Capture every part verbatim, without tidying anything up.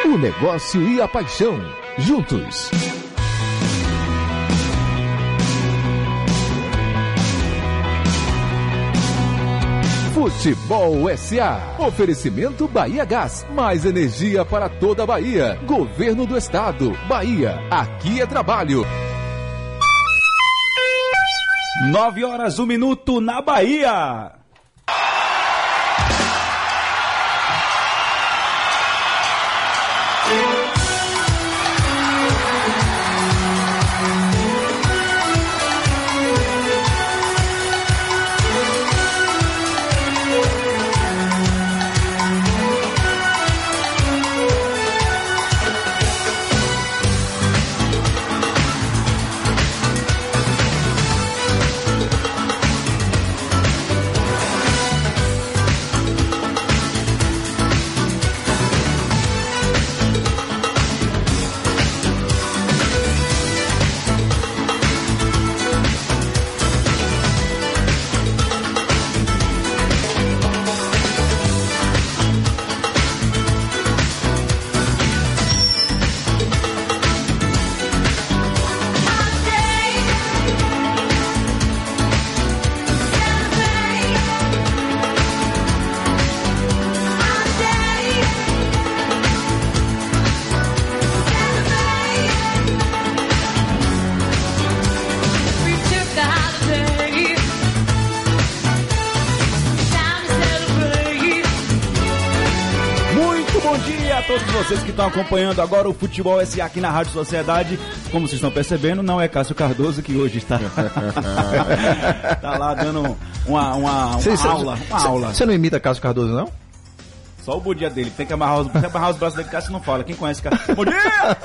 O negócio e a paixão, juntos. Futebol S A. Oferecimento Bahia Gás. Mais energia para toda a Bahia. Governo do Estado. Bahia. Aqui é trabalho. Nove horas, um minuto na Bahia. Vocês que estão acompanhando agora o Futebol S A aqui na Rádio Sociedade, como vocês estão percebendo, não é Cássio Cardoso que hoje está, tá lá dando uma, uma, uma cê, aula. Uma cê, aula. Você não imita Cássio Cardoso, não? Só o bom dia dele, tem que amarrar os, tem que amarrar os braços dele, Cássio não fala. Quem conhece Cássio? Bom dia!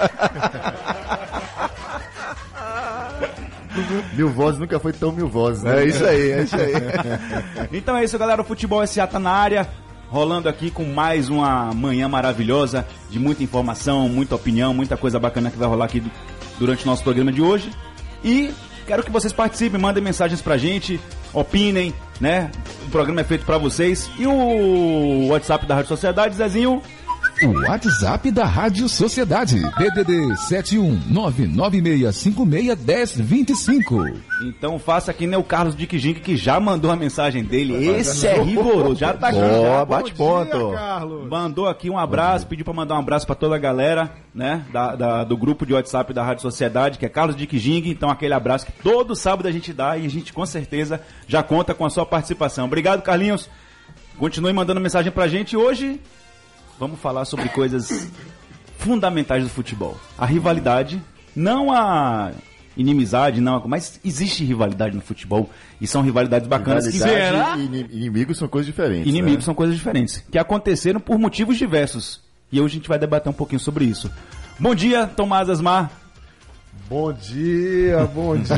Mil vozes nunca foi tão mil vozes, né? É isso aí, é isso aí. Então é isso, galera, o Futebol S A tá na área. Rolando aqui com mais uma manhã maravilhosa, de muita informação, muita opinião, muita coisa bacana que vai rolar aqui durante o nosso programa de hoje. E quero que vocês participem, mandem mensagens pra gente, opinem, né? O programa é feito pra vocês. E o WhatsApp da Rádio Sociedade, Zezinho? O WhatsApp da Rádio Sociedade, D D D sete um nove nove seis cinco seis um zero dois cinco. Então faça aqui, né, o Carlos Dick Jink, que já mandou a mensagem dele. Esse é rigoroso, já tá aqui. Ó, bate ponto. Mandou aqui um abraço, pediu pra mandar um abraço pra toda a galera, né, da, da, do grupo de WhatsApp da Rádio Sociedade, que é Carlos Dick Jink. Então aquele abraço que todo sábado a gente dá e a gente com certeza já conta com a sua participação. Obrigado, Carlinhos. Continue mandando mensagem pra gente. Hoje vamos falar sobre coisas fundamentais do futebol. A rivalidade, não a inimizade, não, mas existe rivalidade no futebol e são rivalidades bacanas. Rivalidade que e inimigos são coisas diferentes. Inimigos né? são coisas diferentes, que aconteceram por motivos diversos. E hoje a gente vai debater um pouquinho sobre isso. Bom dia, Tomás Asmar. Bom dia, bom dia,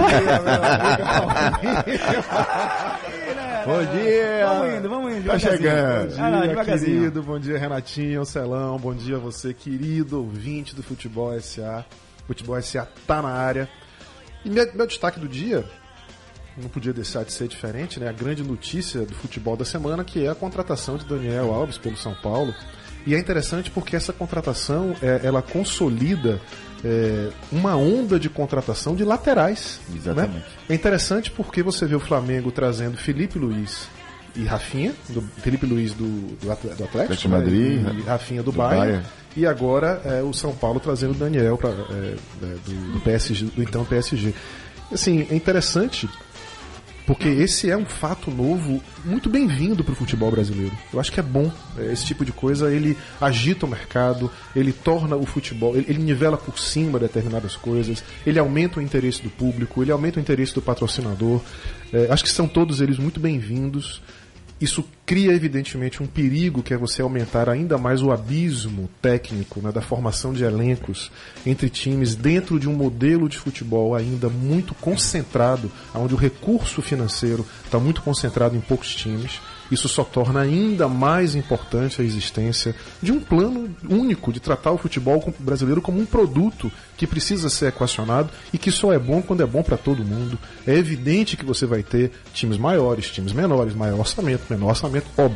Bom dia! Vamos indo, vamos indo. Tá chegando. Bom dia, ah, querido. Bom dia, Renatinho, Celão. Bom dia a você, querido ouvinte do Futebol S A. Futebol S A tá na área. E meu, meu destaque do dia, não podia deixar de ser diferente, né? A grande notícia do futebol da semana, que é a contratação de Daniel Alves pelo São Paulo. E é interessante porque essa contratação, é, ela consolida é, uma onda de contratação de laterais. Exatamente. Né? É interessante porque você vê o Flamengo trazendo Felipe Luiz e Rafinha, do, Felipe Luiz do, do Atlético, de Madrid, né? E Rafinha do, do Bayern. Bayern. E agora é, o São Paulo trazendo o Daniel pra, é, do, do P S G, do então P S G. Assim, é interessante porque esse é um fato novo muito bem-vindo para o futebol brasileiro. Eu acho que é bom. Esse tipo de coisa, ele agita o mercado, ele torna o futebol, ele, ele nivela por cima determinadas coisas, ele aumenta o interesse do público, ele aumenta o interesse do patrocinador. É, acho que são todos eles muito bem-vindos. Isso cria, evidentemente, um perigo, que é você aumentar ainda mais o abismo técnico, né, da formação de elencos entre times dentro de um modelo de futebol ainda muito concentrado, onde o recurso financeiro está muito concentrado em poucos times. Isso só torna ainda mais importante a existência de um plano único de tratar o futebol brasileiro como um produto que precisa ser equacionado e que só é bom quando é bom para todo mundo. É evidente que você vai ter times maiores, times menores, maior orçamento, menor orçamento, óbvio.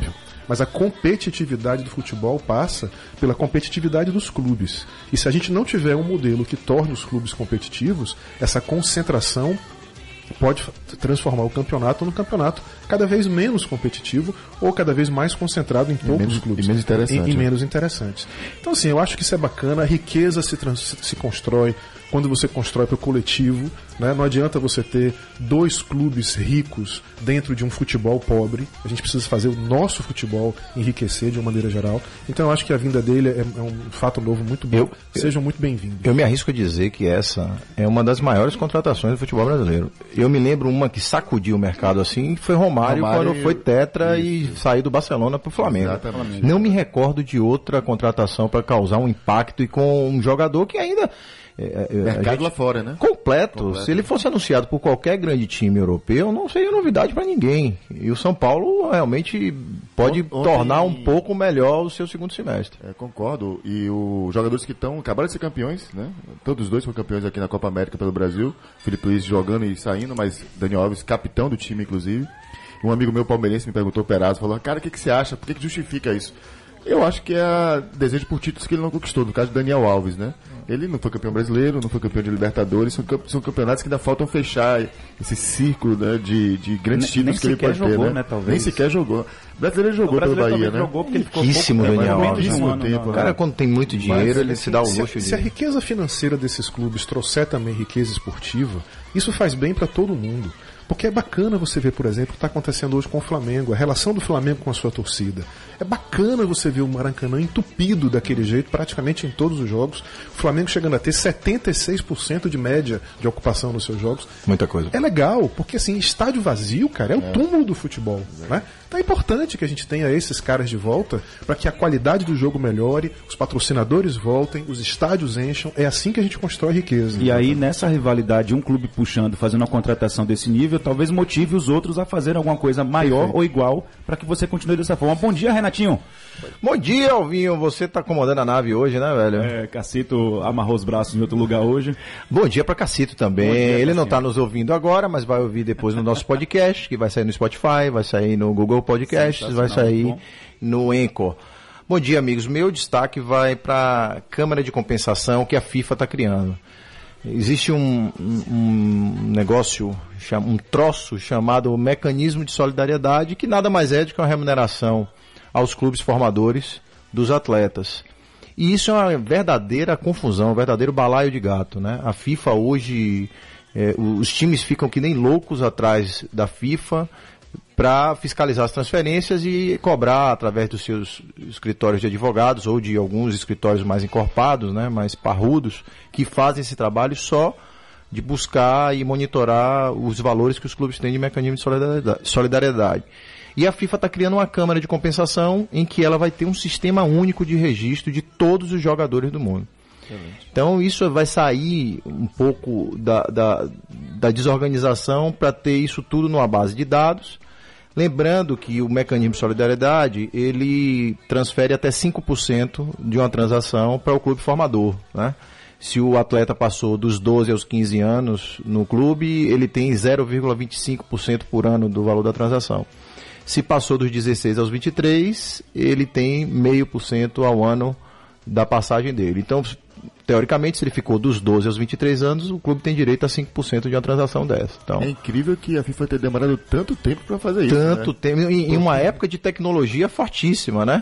mas a competitividade do futebol passa pela competitividade dos clubes. E se a gente não tiver um modelo que torne os clubes competitivos, essa concentração pode transformar o campeonato num campeonato cada vez menos competitivo ou cada vez mais concentrado em poucos menos, clubes. E menos interessante. E, e menos interessantes. Então, assim, eu acho que isso é bacana. A riqueza se, trans, se constrói quando você constrói para o coletivo, né? Não adianta você ter dois clubes ricos dentro de um futebol pobre. A gente precisa fazer o nosso futebol enriquecer de uma maneira geral. Então eu acho que a vinda dele é, é um fato novo muito bom. Eu, Sejam muito bem-vindos. Eu me arrisco a dizer que essa é uma das maiores contratações do futebol brasileiro. Eu me lembro uma que sacudiu o mercado assim, foi Romário, Romário quando foi tetra isso. e saiu do Barcelona para o Flamengo. Exatamente. Não me recordo de outra contratação para causar um impacto e com um jogador que ainda... É, é, mercado gente, lá fora, né? Completo. completo. Se ele fosse anunciado por qualquer grande time europeu, não seria novidade para ninguém. E o São Paulo realmente pode Ontem... tornar um pouco melhor o seu segundo semestre. É, concordo. E os jogadores que estão acabaram de ser campeões, né? Todos os dois foram campeões aqui na Copa América pelo Brasil. Felipe Luiz jogando e saindo, mas Daniel Alves, capitão do time, inclusive. Um amigo meu palmeirense me perguntou, Perazzo, falou, cara, o que, que você acha? Por que, que justifica isso? Eu acho que é desejo por títulos que ele não conquistou, no caso do Daniel Alves, né? Ele não foi campeão brasileiro, não foi campeão de Libertadores, são, são campeonatos que ainda faltam fechar esse círculo, né, de, de grandes nem, títulos nem que ele pode jogou, ter, né? né, Nem sequer jogou. O brasileiro jogou o brasileiro pelo Bahia, né? Jogou porque ele ficou pouquíssimo pouco Daniel tempo, Alves. Pouquíssimo né? tempo, O cara, quando tem muito dinheiro, Mas, ele assim, se dá o se, luxo de... Se a riqueza financeira desses clubes trouxer também riqueza esportiva, isso faz bem para todo mundo. Porque é bacana você ver, por exemplo, o que está acontecendo hoje com o Flamengo, a relação do Flamengo com a sua torcida. É bacana você ver o Maracanã entupido daquele jeito, praticamente em todos os jogos. O Flamengo chegando a ter setenta e seis por cento de média de ocupação nos seus jogos. Muita coisa. É legal, porque assim, estádio vazio, cara, é o túmulo do futebol, né? Então é importante que a gente tenha esses caras de volta para que a qualidade do jogo melhore, os patrocinadores voltem, os estádios encham. É assim que a gente constrói riqueza. E aí, nessa rivalidade, um clube puxando, fazendo uma contratação desse nível, talvez motive os outros a fazer alguma coisa maior Perfeito. ou igual para que você continue dessa forma. Bom dia, Renatinho. Bom dia, Alvinho. Você tá acomodando a nave hoje, né, velho? É, Cacito amarrou os braços em outro lugar hoje. Bom dia pra Cacito também. Dia, Ele Cacito. não tá nos ouvindo agora, mas vai ouvir depois no nosso podcast, que vai sair no Spotify, vai sair no Google Podcasts, vai sair no Anchor. Bom dia, amigos. Meu destaque vai para a Câmara de Compensação que a FIFA está criando. Existe um, um, um negócio, um troço chamado Mecanismo de Solidariedade, que nada mais é do que uma remuneração aos clubes formadores dos atletas. E isso é uma verdadeira confusão, um verdadeiro balaio de gato, né? A FIFA hoje, é, os times ficam que nem loucos atrás da FIFA para fiscalizar as transferências e cobrar através dos seus escritórios de advogados ou de alguns escritórios mais encorpados, né, mais parrudos, que fazem esse trabalho só de buscar e monitorar os valores que os clubes têm de mecanismo de solidariedade. E a FIFA está criando uma câmara de compensação em que ela vai ter um sistema único de registro de todos os jogadores do mundo. Então isso vai sair um pouco da, da, da desorganização para ter isso tudo numa base de dados. Lembrando que o mecanismo de solidariedade, ele transfere até cinco por cento de uma transação para o clube formador, né? Se o atleta passou dos doze aos quinze anos no clube, ele tem zero vírgula vinte e cinco por cento por ano do valor da transação. Se passou dos dezesseis aos vinte e três, ele tem zero vírgula cinco por cento ao ano da passagem dele. Então, teoricamente, se ele ficou dos doze aos vinte e três anos, o clube tem direito a cinco por cento de uma transação dessa. Então, é incrível que a FIFA tenha demorado tanto tempo para fazer isso. Tanto né? tempo, em, em uma época de tecnologia fortíssima, né?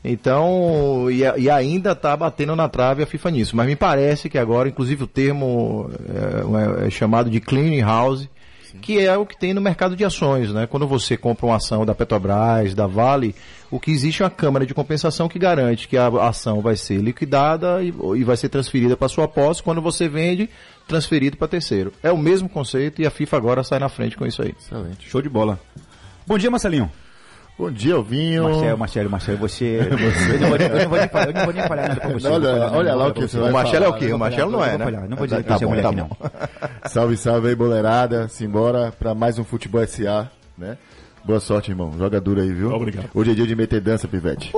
Então, e, e ainda está batendo na trave a FIFA nisso. Mas me parece que agora, inclusive o termo é, é chamado de clearing house, Sim. que é o que tem no mercado de ações, né? Quando você compra uma ação da Petrobras, da Vale, o que existe é uma câmara de compensação que garante que a ação vai ser liquidada e, e vai ser transferida para sua posse. Quando você vende, transferido para terceiro. É o mesmo conceito e a FIFA agora sai na frente com isso aí. Excelente. Show de bola. Bom dia, Marcelinho. Bom dia, Alvinho. Marcelo, Marcelo, Marcelo, você... você... Eu, não vou, eu não vou nem falar, eu não vou nem falar nada pra você. Olha, olha, olha lá o que você vai falar. O Marcelo é o quê? O Marcelo não é, né? Não vou dizer que tá você é bom, mulher tá aqui, bom. não. Salve, salve aí, boleirada. Simbora pra mais um Futebol S A, né? Boa sorte, irmão. Joga duro aí, viu? Obrigado. Hoje é dia de meter dança, pivete.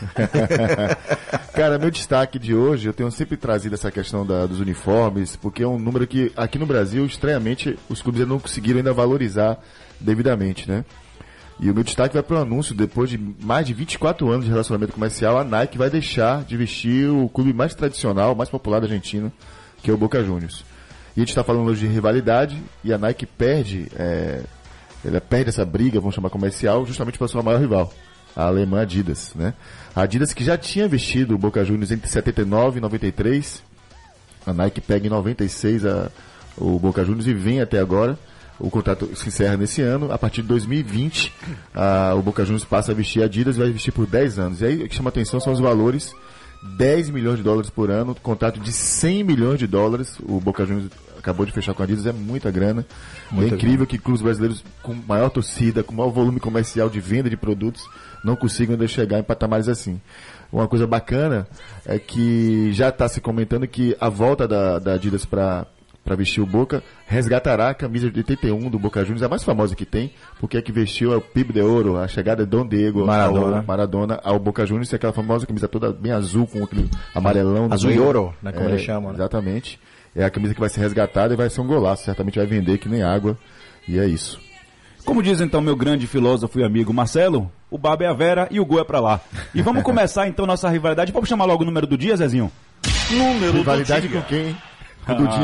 Cara, meu destaque de hoje, eu tenho sempre trazido essa questão da, dos uniformes, porque é um número que, aqui no Brasil, estranhamente, os clubes não conseguiram ainda valorizar devidamente, né? E o meu destaque vai para o anúncio, depois de mais de vinte e quatro anos de relacionamento comercial, a Nike vai deixar de vestir o clube mais tradicional, mais popular da Argentina, que é o Boca Juniors. E a gente está falando hoje de rivalidade, e a Nike perde, é, ela perde essa briga, vamos chamar comercial, justamente para a sua maior rival, a alemã Adidas, né? A Adidas que já tinha vestido o Boca Juniors entre setenta e nove e noventa e três, a Nike pega em noventa e seis a, o Boca Juniors e vem até agora. O contrato se encerra nesse ano. A partir de dois mil e vinte, a, o Boca Juniors passa a vestir a Adidas e vai vestir por dez anos. E aí o que chama atenção são os valores: dez milhões de dólares por ano, contrato de cem milhões de dólares. O Boca Juniors acabou de fechar com a Adidas, é muita grana. Muita é incrível grana. Que clubes brasileiros com maior torcida, com maior volume comercial de venda de produtos, não consigam ainda chegar em patamares assim. Uma coisa bacana é que já está se comentando que a volta da, da Adidas para para vestir o Boca, resgatará a camisa de oitenta e um do Boca Juniors, a mais famosa que tem, porque a que vestiu é o Pibe de Ouro, a chegada de Don Diego Maradona ao, Maradona ao Boca Juniors, é aquela famosa camisa toda bem azul, com aquele amarelão. Azul e ouro, né, como é, eles chamam. Né? Exatamente. É a camisa que vai ser resgatada e vai ser um golaço, certamente vai vender que nem água, e é isso. Como diz então meu grande filósofo e amigo Marcelo, o baba é a Vera e o gol é pra lá. E vamos começar então nossa rivalidade. Vamos chamar logo o número do dia, Zezinho? Número rivalidade do dia. Com quem, hein? Do ah.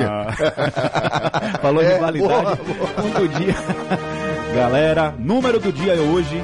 dia. Falou de é, rivalidade com do dia. Galera, número do dia hoje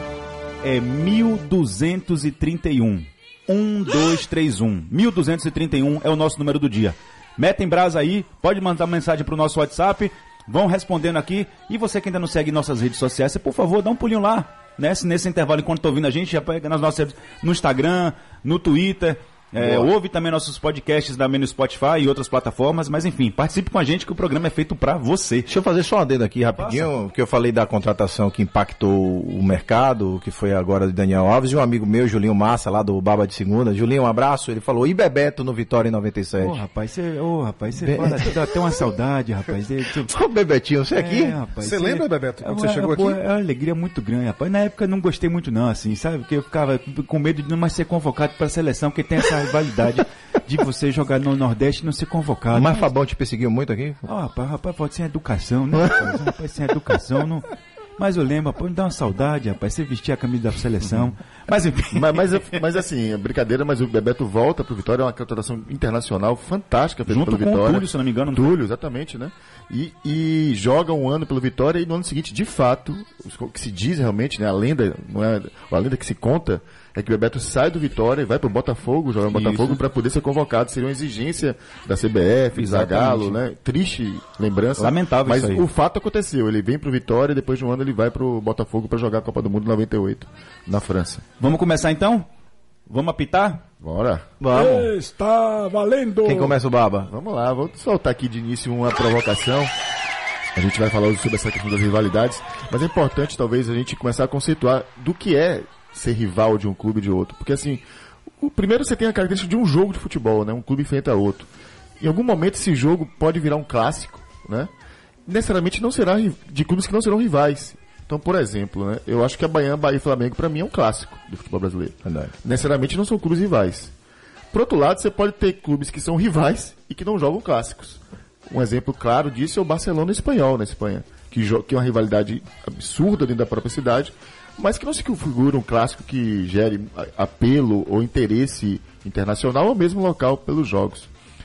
é mil duzentos e trinta e um. um, dois, três, um. mil duzentos e trinta e um é o nosso número do dia. Metem brasa aí, pode mandar mensagem pro nosso WhatsApp, vão respondendo aqui. E você que ainda não segue nossas redes sociais, você, por favor, dá um pulinho lá. Né? Nesse intervalo, enquanto tá ouvindo a gente, já pega nas nossas, no Instagram, no Twitter. É, ouve também nossos podcasts da no Spotify e outras plataformas, mas enfim, participe com a gente que o programa é feito pra você. Deixa eu fazer só uma adendo aqui rapidinho, Passa. que eu falei da contratação que impactou o mercado, que foi agora de Daniel Alves, e um amigo meu, Julinho Massa, lá do Baba de Segunda. Julinho, um abraço, ele falou, e Bebeto no Vitória em noventa e sete? Ô, oh, rapaz, você oh, rapaz, Be... fala, dá até uma saudade, rapaz. Ô, Bebetinho, você é, aqui? Você lembra, Bebeto, quando é, você chegou pô, aqui? É uma alegria muito grande, rapaz. Na época eu não gostei muito não, assim, sabe? Porque eu ficava com medo de não mais ser convocado pra seleção, porque tem essa rivalidade de você jogar no Nordeste e não ser convocado. Mas Fabão te perseguiu muito aqui? Ah, oh, rapaz, rapaz, pode ser educação, né? Rapaz, rapaz sem educação, não... Mas eu lembro, rapaz, me dá uma saudade, rapaz, você vestir a camisa da seleção. Mas enfim. Mas, mas, mas assim, é brincadeira, mas o Bebeto volta pro Vitória, é uma contratação internacional fantástica feita junto pelo com Vitória. O Túlio, se não me engano. Túlio, exatamente, né? E, e joga um ano pelo Vitória e no ano seguinte, de fato, o que se diz realmente, né? A lenda, não é, a lenda que se conta é que o Bebeto sai do Vitória e vai pro Botafogo, joga no Botafogo para poder ser convocado. Seria uma exigência da C B F, Zagallo, né? Triste lembrança. Lamentável mas isso aí. O fato aconteceu. Ele vem pro Vitória e depois de um ano ele vai pro Botafogo para jogar a Copa do Mundo noventa e oito na França. Vamos começar então? Vamos apitar? Bora. Vamos. Está valendo. Quem começa o Baba? Vamos lá, vou soltar aqui de início uma provocação. A gente vai falar hoje sobre essa questão das rivalidades, mas é importante talvez a gente começar a conceituar do que é ser rival de um clube e de outro. Porque assim, o primeiro você tem a característica de um jogo de futebol, né? Um clube enfrenta outro. Em algum momento esse jogo pode virar um clássico, né? Necessariamente não será de clubes que não serão rivais. Então, por exemplo, né? Eu acho que a Bahia, Bahia e Flamengo para mim é um clássico do futebol brasileiro. Verdade. Necessariamente não são clubes rivais. Por outro lado, você pode ter clubes que são rivais e que não jogam clássicos. Um exemplo claro disso é o Barcelona espanhol na Espanha, que, que é uma rivalidade absurda dentro da própria cidade, mas que não se configura um clássico que gere apelo ou interesse internacional ou mesmo local pelos jogos.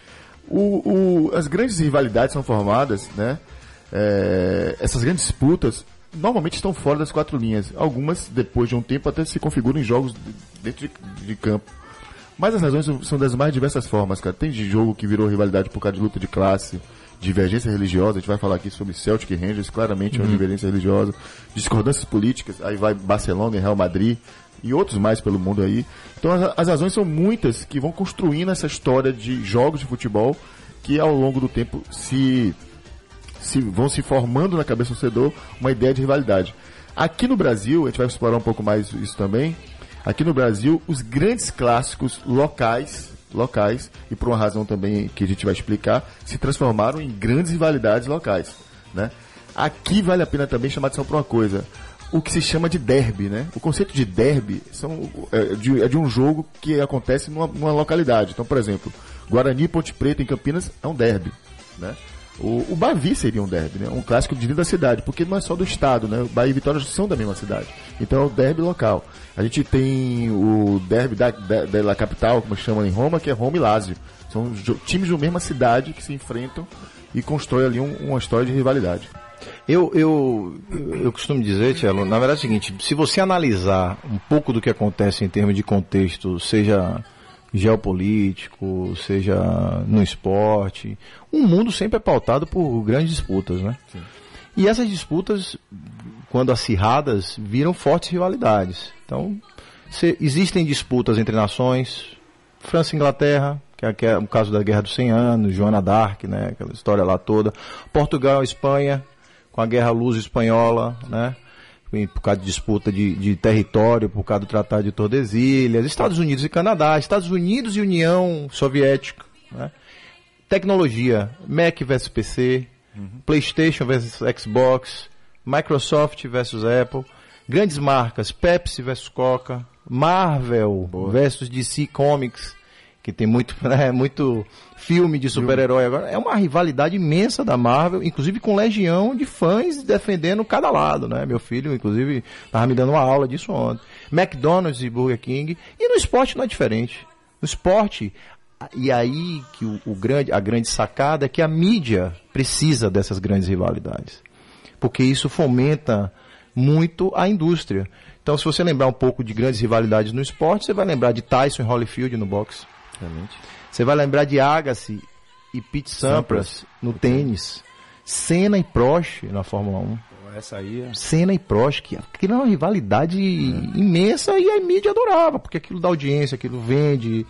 O, o, as grandes rivalidades são formadas, né? É, essas grandes disputas normalmente estão fora das quatro linhas. Algumas, depois de um tempo, até se configuram em jogos dentro de, de campo. Mas as razões são das mais diversas formas, cara. Tem de jogo que virou rivalidade por causa de luta de classe, divergência religiosa. A gente vai falar aqui sobre Celtic e Rangers, claramente uhum. uma divergência religiosa. Discordâncias políticas, aí vai Barcelona e Real Madrid e outros mais pelo mundo aí. Então as, as razões são muitas que vão construindo essa história de jogos de futebol que ao longo do tempo se, se vão se formando na cabeça do torcedor uma ideia de rivalidade. Aqui no Brasil, a gente vai explorar um pouco mais isso também. Aqui no Brasil, os grandes clássicos locais, locais, e por uma razão também que a gente vai explicar, se transformaram em grandes rivalidades locais, né? Aqui vale a pena também chamar atenção para uma coisa, o que se chama de derby, né? O conceito de derby são, é, de, é de um jogo que acontece numa, numa localidade. Então, por exemplo, Guarani e Ponte Preta em Campinas é um derby, né? O, o Bavi seria um derby, né? Um clássico de dentro da cidade, porque não é só do estado, né? O Bahia e Vitória são da mesma cidade. Então é o derby local. A gente tem o derby da, da, da capital, como chama em Roma, que é Roma e Lazio. São times da mesma cidade que se enfrentam e constroem ali um, uma história de rivalidade. Eu, eu, eu costumo dizer, Tchelo, na verdade é o seguinte, se você analisar um pouco do que acontece em termos de contexto, seja geopolítico, seja no esporte, o mundo sempre é pautado por grandes disputas, né? Sim. E essas disputas, quando acirradas, viram fortes rivalidades. Então, se, existem disputas entre nações, França e Inglaterra, que é, que é o caso da Guerra dos cem anos, Joana d'Arc, né, aquela história lá toda, Portugal e Espanha, com a Guerra Luso-Espanhola, né? Por causa de disputa de, de território, por causa do Tratado de Tordesilhas, Estados Unidos e Canadá, Estados Unidos e União Soviética, né? Tecnologia, Mac versus P C, uhum. PlayStation versus Xbox, Microsoft versus Apple, grandes marcas, Pepsi versus Coca, Marvel Boa. versus D C Comics, que tem muito, né, muito filme de super-herói agora. É uma rivalidade imensa da Marvel, inclusive com legião de fãs defendendo cada lado, né? Meu filho, inclusive, estava me dando uma aula disso ontem. McDonald's e Burger King. E no esporte não é diferente. No esporte, e aí que o, o grande, a grande sacada é que a mídia precisa dessas grandes rivalidades. Porque isso fomenta muito a indústria. Então, se você lembrar um pouco de grandes rivalidades no esporte, você vai lembrar de Tyson e Holyfield no boxe. Realmente. Você vai lembrar de Agassi e Pete Sampras no tênis. Senna e Prost na Fórmula um. Essa aí é... Senna e Prost, que aquilo é uma rivalidade é. imensa e a mídia adorava, porque aquilo dá audiência, aquilo vende.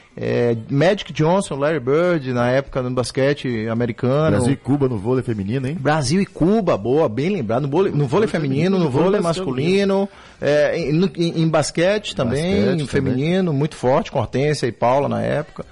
É, Magic Johnson, Larry Bird, na época no basquete americano. Brasil e Cuba no vôlei feminino, hein? Brasil e Cuba, boa, bem lembrado. No vôlei, no vôlei feminino, no vôlei masculino, é, em, no, em, em basquete também, basquete, em feminino, também. Muito forte, com Hortência e Paula na época.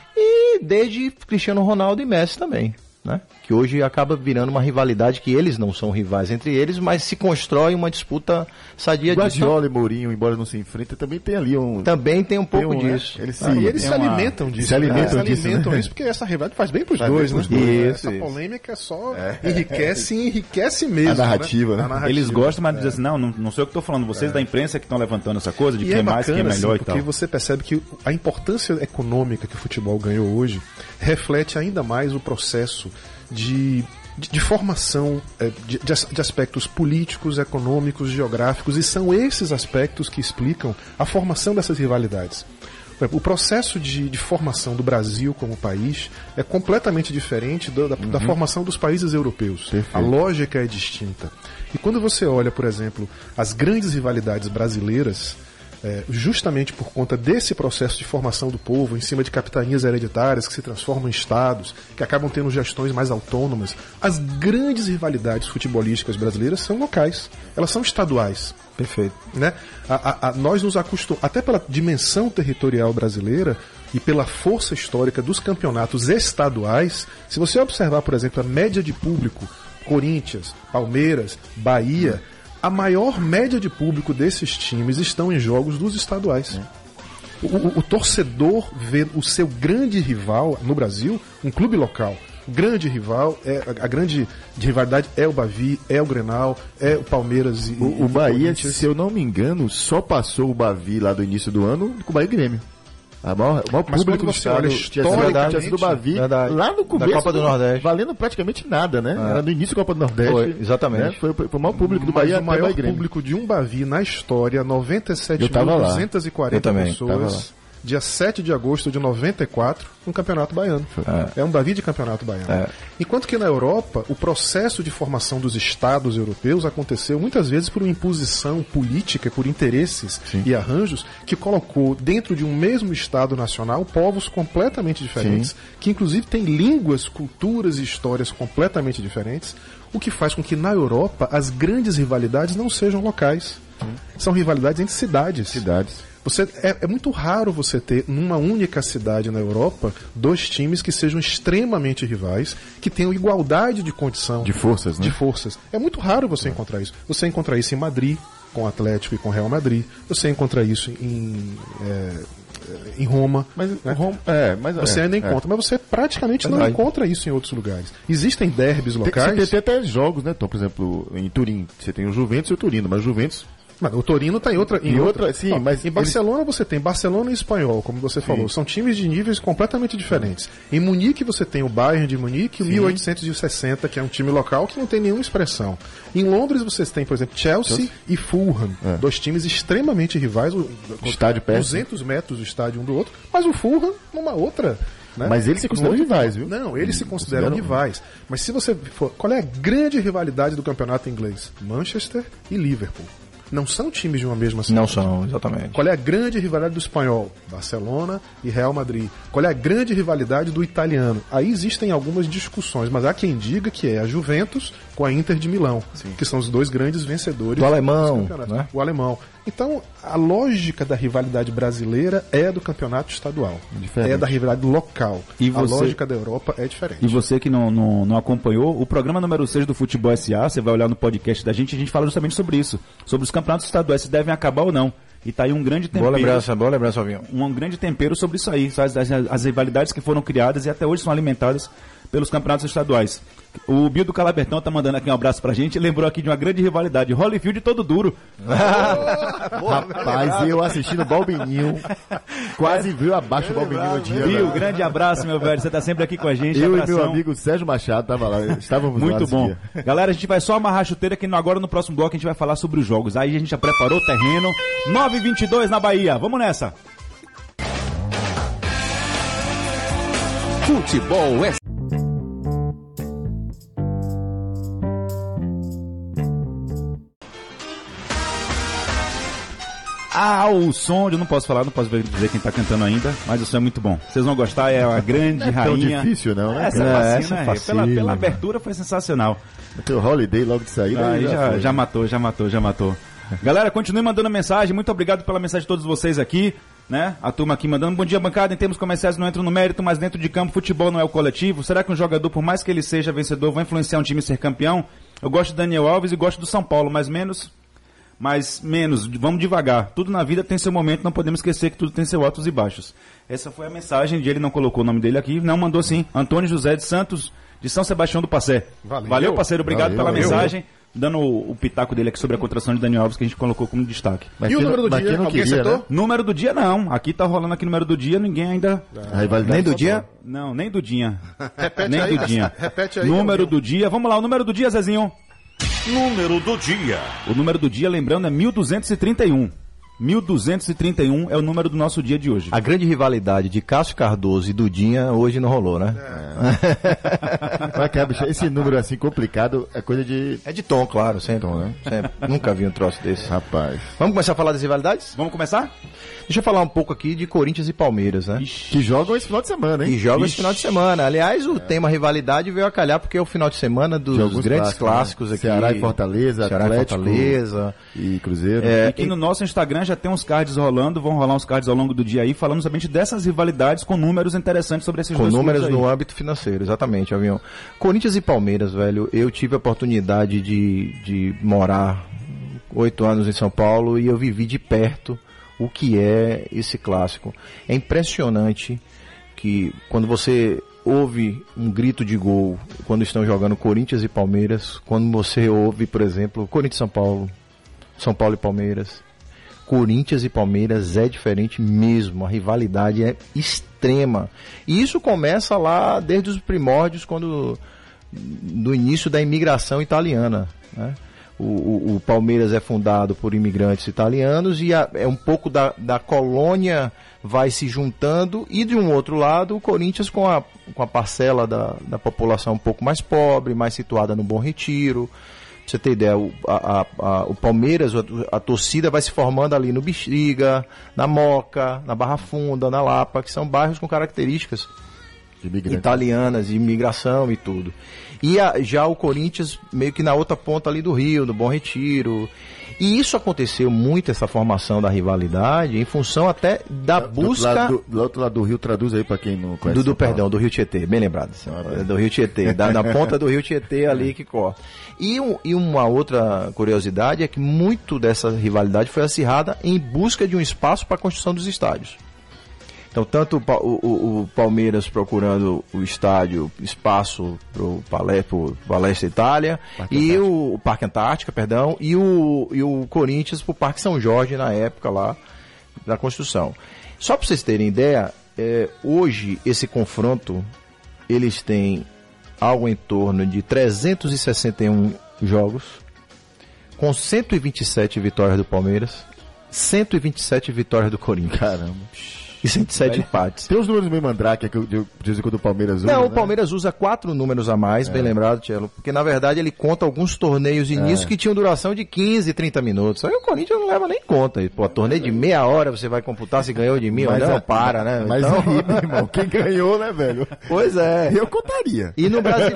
E desde Cristiano Ronaldo e Messi também, né? Que hoje acaba virando uma rivalidade que eles não são rivais entre eles, mas se constrói uma disputa sadia disso. Guardiola e Mourinho, embora não se enfrentem, também tem ali um... Também tem um pouco tem um, disso. Né? Eles se, ah, eles se uma... alimentam disso. Se alimentam né? disso, se alimentam né? disso, porque essa rivalidade faz bem pros faz dois, bem né? Pros dois. Isso, essa isso. polêmica só é. enriquece e enriquece mesmo. A narrativa, né? né? A narrativa. Eles gostam, mas é. dizem assim, não, não, não sei o que estou falando, vocês é. da imprensa que estão levantando essa coisa de e quem é é mais, quem é melhor assim, e tal. Porque você percebe que a importância econômica que o futebol ganhou hoje reflete ainda mais o processo de... De, de formação de, de aspectos políticos, econômicos, geográficos, e são esses aspectos que explicam a formação dessas rivalidades. O processo de, de formação do Brasil como país é completamente diferente do, da, uhum. da formação dos países europeus. Perfeito. A lógica é distinta. E quando você olha, por exemplo, as grandes rivalidades brasileiras, É, justamente por conta desse processo de formação do povo, em cima de capitanias hereditárias que se transformam em estados, que acabam tendo gestões mais autônomas, as grandes rivalidades futebolísticas brasileiras são locais, elas são estaduais. Perfeito. Né? A, a, a, nós nos acostumamos, até pela dimensão territorial brasileira e pela força histórica dos campeonatos estaduais, se você observar, por exemplo, a média de público, Corinthians, Palmeiras, Bahia... A maior média de público desses times estão em jogos dos estaduais. É. O, o, o torcedor vê o seu grande rival no Brasil, um clube local. O grande rival, é, a, a grande rivalidade é o Bavi, é o Grenal, é o Palmeiras e o, o Bahia, se eu não me engano, só passou o Bavi lá do início do ano com o Bahia e Grêmio. A maior, o maior público do estado tinha sido do Bavi lá no começo da Copa do Nordeste, valendo praticamente nada, né? É. Era no início da Copa do Nordeste. Foi, exatamente. Né? Foi, foi o maior público do Bahia. Mas o maior público de um Bavi na história, noventa e sete mil duzentas e quarenta pessoas, dia sete de agosto de noventa e quatro, no Campeonato Baiano. É, é um Bavi de Campeonato Baiano. É. Enquanto que na Europa, o processo de formação dos estados europeus aconteceu muitas vezes por uma imposição política, por interesses Sim. e arranjos, que colocou dentro de um mesmo estado nacional povos completamente diferentes, Sim. que inclusive têm línguas, culturas e histórias completamente diferentes, o que faz com que na Europa as grandes rivalidades não sejam locais. Sim. São rivalidades entre cidades. Cidades. Você, é, é muito raro você ter, numa única cidade na Europa, dois times que sejam extremamente rivais, que tenham igualdade de condição. De forças, né? De forças. É muito raro você é. encontrar isso. Você encontra isso em Madrid, com o Atlético e com o Real Madrid. Você encontra isso em, é, em Roma. Mas, né? Roma, é, mas Você é, ainda é. encontra, mas você praticamente É não verdade. encontra isso em outros lugares. Existem derbys Tem, locais. tem, tem até jogos, né? Então, por exemplo, em Turim, você tem o Juventus e o Turino, mas o Juventus. Mano, o Torino está em outra. Em Em outra, outra- sim, Ó, mas em eles- Barcelona você tem Barcelona e Espanhol, como você falou. São times de níveis completamente diferentes. Em Munique você tem o Bayern de Munique e o mil oitocentos e sessenta, que é um time local que não tem nenhuma expressão. Em Londres você tem, por exemplo, Chelsea, Chelsea. e Fulham, É. dois times extremamente rivais. o- Estádio perto. duzentos metros do estádio um do outro, mas o Fulham numa outra. Né? Mas eles se consideram No outro- rivais, viu? Não, eles se consideram consideram- rivais. Mas se você for. Qual é a grande rivalidade do campeonato inglês? Manchester e Liverpool. Não são times de uma mesma cidade. Não são, exatamente. Qual é a grande rivalidade do espanhol? Barcelona e Real Madrid. Qual é a grande rivalidade do italiano? Aí existem algumas discussões, mas há quem diga que é a Juventus com a Inter de Milão, que são os dois grandes vencedores Do alemão, dos campeonatos. né? O alemão. Então, a lógica da rivalidade brasileira é do campeonato estadual. Diferente. É da rivalidade local. E A você- lógica da Europa é diferente. E você que não, não, não acompanhou, o programa número seis do Futebol S A, você vai olhar no podcast da gente, a gente fala justamente sobre isso. Sobre os campeonatos estaduais, se devem acabar ou não. E tá aí um grande Boa tempero. lembrança, boa lembrança, Alvinho. Um grande tempero sobre isso aí. As, as, as rivalidades que foram criadas e até hoje são alimentadas pelos campeonatos estaduais. O Bill do Calabertão tá mandando aqui um abraço pra gente e lembrou aqui de uma grande rivalidade. Holyfield todo duro. Rapaz, eu assistindo o Balbininho, quase viu abaixo o Balbininho no dia. Bill, velho. grande abraço, meu velho. Você tá sempre aqui com a gente. Eu e Abração. meu amigo Sérgio Machado tava lá, estávamos lá Muito nesse bom. dia. Galera, a gente vai só amarrar a chuteira que no- agora no próximo bloco a gente vai falar sobre os jogos. Aí a gente já preparou o terreno. nove e vinte e dois na Bahia. Vamos nessa. Futebol S. Ah, o som, eu não posso falar, não posso dizer quem tá cantando ainda, mas o som é muito bom. Vocês vão gostar, é uma grande Tão rainha. difícil não, né? Essa É, vacina, essa é, facílimo, pela, pela né? abertura foi sensacional. Tem o Holiday logo de saída. Aí já, foi. já matou, já matou, já matou. Galera, continue mandando mensagem. Muito obrigado pela mensagem de todos vocês aqui, né? A turma aqui mandando. Bom dia, bancada. Em termos comerciais não entro no mérito, mas dentro de campo, futebol não é o coletivo. Será que um jogador, por mais que ele seja vencedor, vai influenciar um time a ser campeão? Eu gosto do Daniel Alves e gosto do São Paulo, mas menos... Mas menos, vamos devagar. Tudo na vida tem seu momento, não podemos esquecer que tudo tem seus altos e baixos. Essa foi a mensagem de ele, não colocou o nome dele aqui, não mandou sim. Antônio José de Santos, de São Sebastião do Passé. Valeu. parceiro, obrigado Valeu, pela valeu. mensagem. Dando o, o pitaco dele aqui sobre a contratação de Daniel Alves, que a gente colocou como destaque. Mas E o quem número não- do mas dia? quem não Alguém queria, acertou? né? Número do dia não, aqui tá rolando aqui número do dia, ninguém ainda... A rivalidade Nem do São dia? Paulo. Não, nem do dia. Repete nem aí, do dia. repete aí, Número Gabriel. do dia, vamos lá, o número do dia, Zezinho. Número do dia. O número do dia, lembrando, é mil duzentos e trinta e um. mil duzentos e trinta e um é o número do nosso dia de hoje. A grande rivalidade de Cássio Cardoso e Dudinha hoje não rolou, né? Mas, cara, bicho, esse número assim complicado é coisa de. É de tom, claro, sempre. Tom, né? sempre. Nunca vi um troço desse. Rapaz. Vamos começar a falar das rivalidades? Vamos começar? Deixa eu falar um pouco aqui de Corinthians e Palmeiras, né? Que jogam esse final de semana, hein? E jogam esse Ixi. final de semana. Aliás, o tema rivalidade veio a calhar porque é o final de semana dos De alguns grandes clássicos, clássicos né? aqui. Ceará e Fortaleza, Ceará Atlético. e Fortaleza. E Cruzeiro. É, E aqui no nosso Instagram já tem uns cards rolando, vão rolar uns cards ao longo do dia aí, falando somente dessas rivalidades com números interessantes sobre esses Com dois números clubes no aí. âmbito financeiro, exatamente, Avião. Corinthians e Palmeiras, velho, eu tive a oportunidade de, de morar oito anos em São Paulo e eu vivi de perto o que é esse clássico. É impressionante que quando você ouve um grito de gol quando estão jogando Corinthians e Palmeiras, quando você ouve, por exemplo, Corinthians e São Paulo, São Paulo e Palmeiras, Corinthians e Palmeiras é diferente mesmo, a rivalidade é extrema. E isso começa lá desde os primórdios, quando no início da imigração italiana, né? O, o, o Palmeiras é fundado por imigrantes italianos e a, é um pouco da, da colônia vai se juntando, e de um outro lado o Corinthians com a, com a parcela da, da população um pouco mais pobre, mais situada no Bom Retiro. Pra você ter ideia, o, a, a, a, o Palmeiras, a, a torcida vai se formando ali no Bexiga, na Moca, na Barra Funda, na Lapa, que são bairros com características De imigrante. italianas, de imigração e tudo. E a, já o Corinthians meio que na outra ponta ali do Rio, do Bom Retiro. E isso aconteceu muito, essa formação da rivalidade, em função até da Do outro busca... lado do, do outro lado do Rio, traduz aí pra quem não conhece. Do, do São Paulo. perdão, do Rio Tietê, bem lembrado. Ah, do Rio Tietê, da, na ponta do Rio Tietê ali que corta. E, um, e uma outra curiosidade é que muito dessa rivalidade foi acirrada em busca de um espaço para a construção dos estádios. Então, tanto o, o, o Palmeiras procurando o estádio, espaço para o Palestra Itália, Parque e o, o Parque Antártica, perdão, e o, e o Corinthians para o Parque São Jorge, na época lá da construção. Só para vocês terem ideia, é, hoje esse confronto, eles têm algo em torno de trezentos e sessenta e um jogos, com cento e vinte e sete vitórias do Palmeiras, cento e vinte e sete vitórias do Corinthians. Caramba. E cento e sete empates. Tem os números meio mandrake que eu dizem quando o Palmeiras usa. Não, né? o Palmeiras usa quatro números a mais, é. bem lembrado, Tchelo, porque na verdade ele conta alguns torneios de início é. que tinham duração de quinze, trinta minutos. Aí o Corinthians não leva nem conta. Pô, torneio de meia hora você vai computar se ganhou de mim ou não, é, para, né? Mas então... aí, meu irmão, quem ganhou, né, velho? Pois é. Eu contaria. E no Brasil...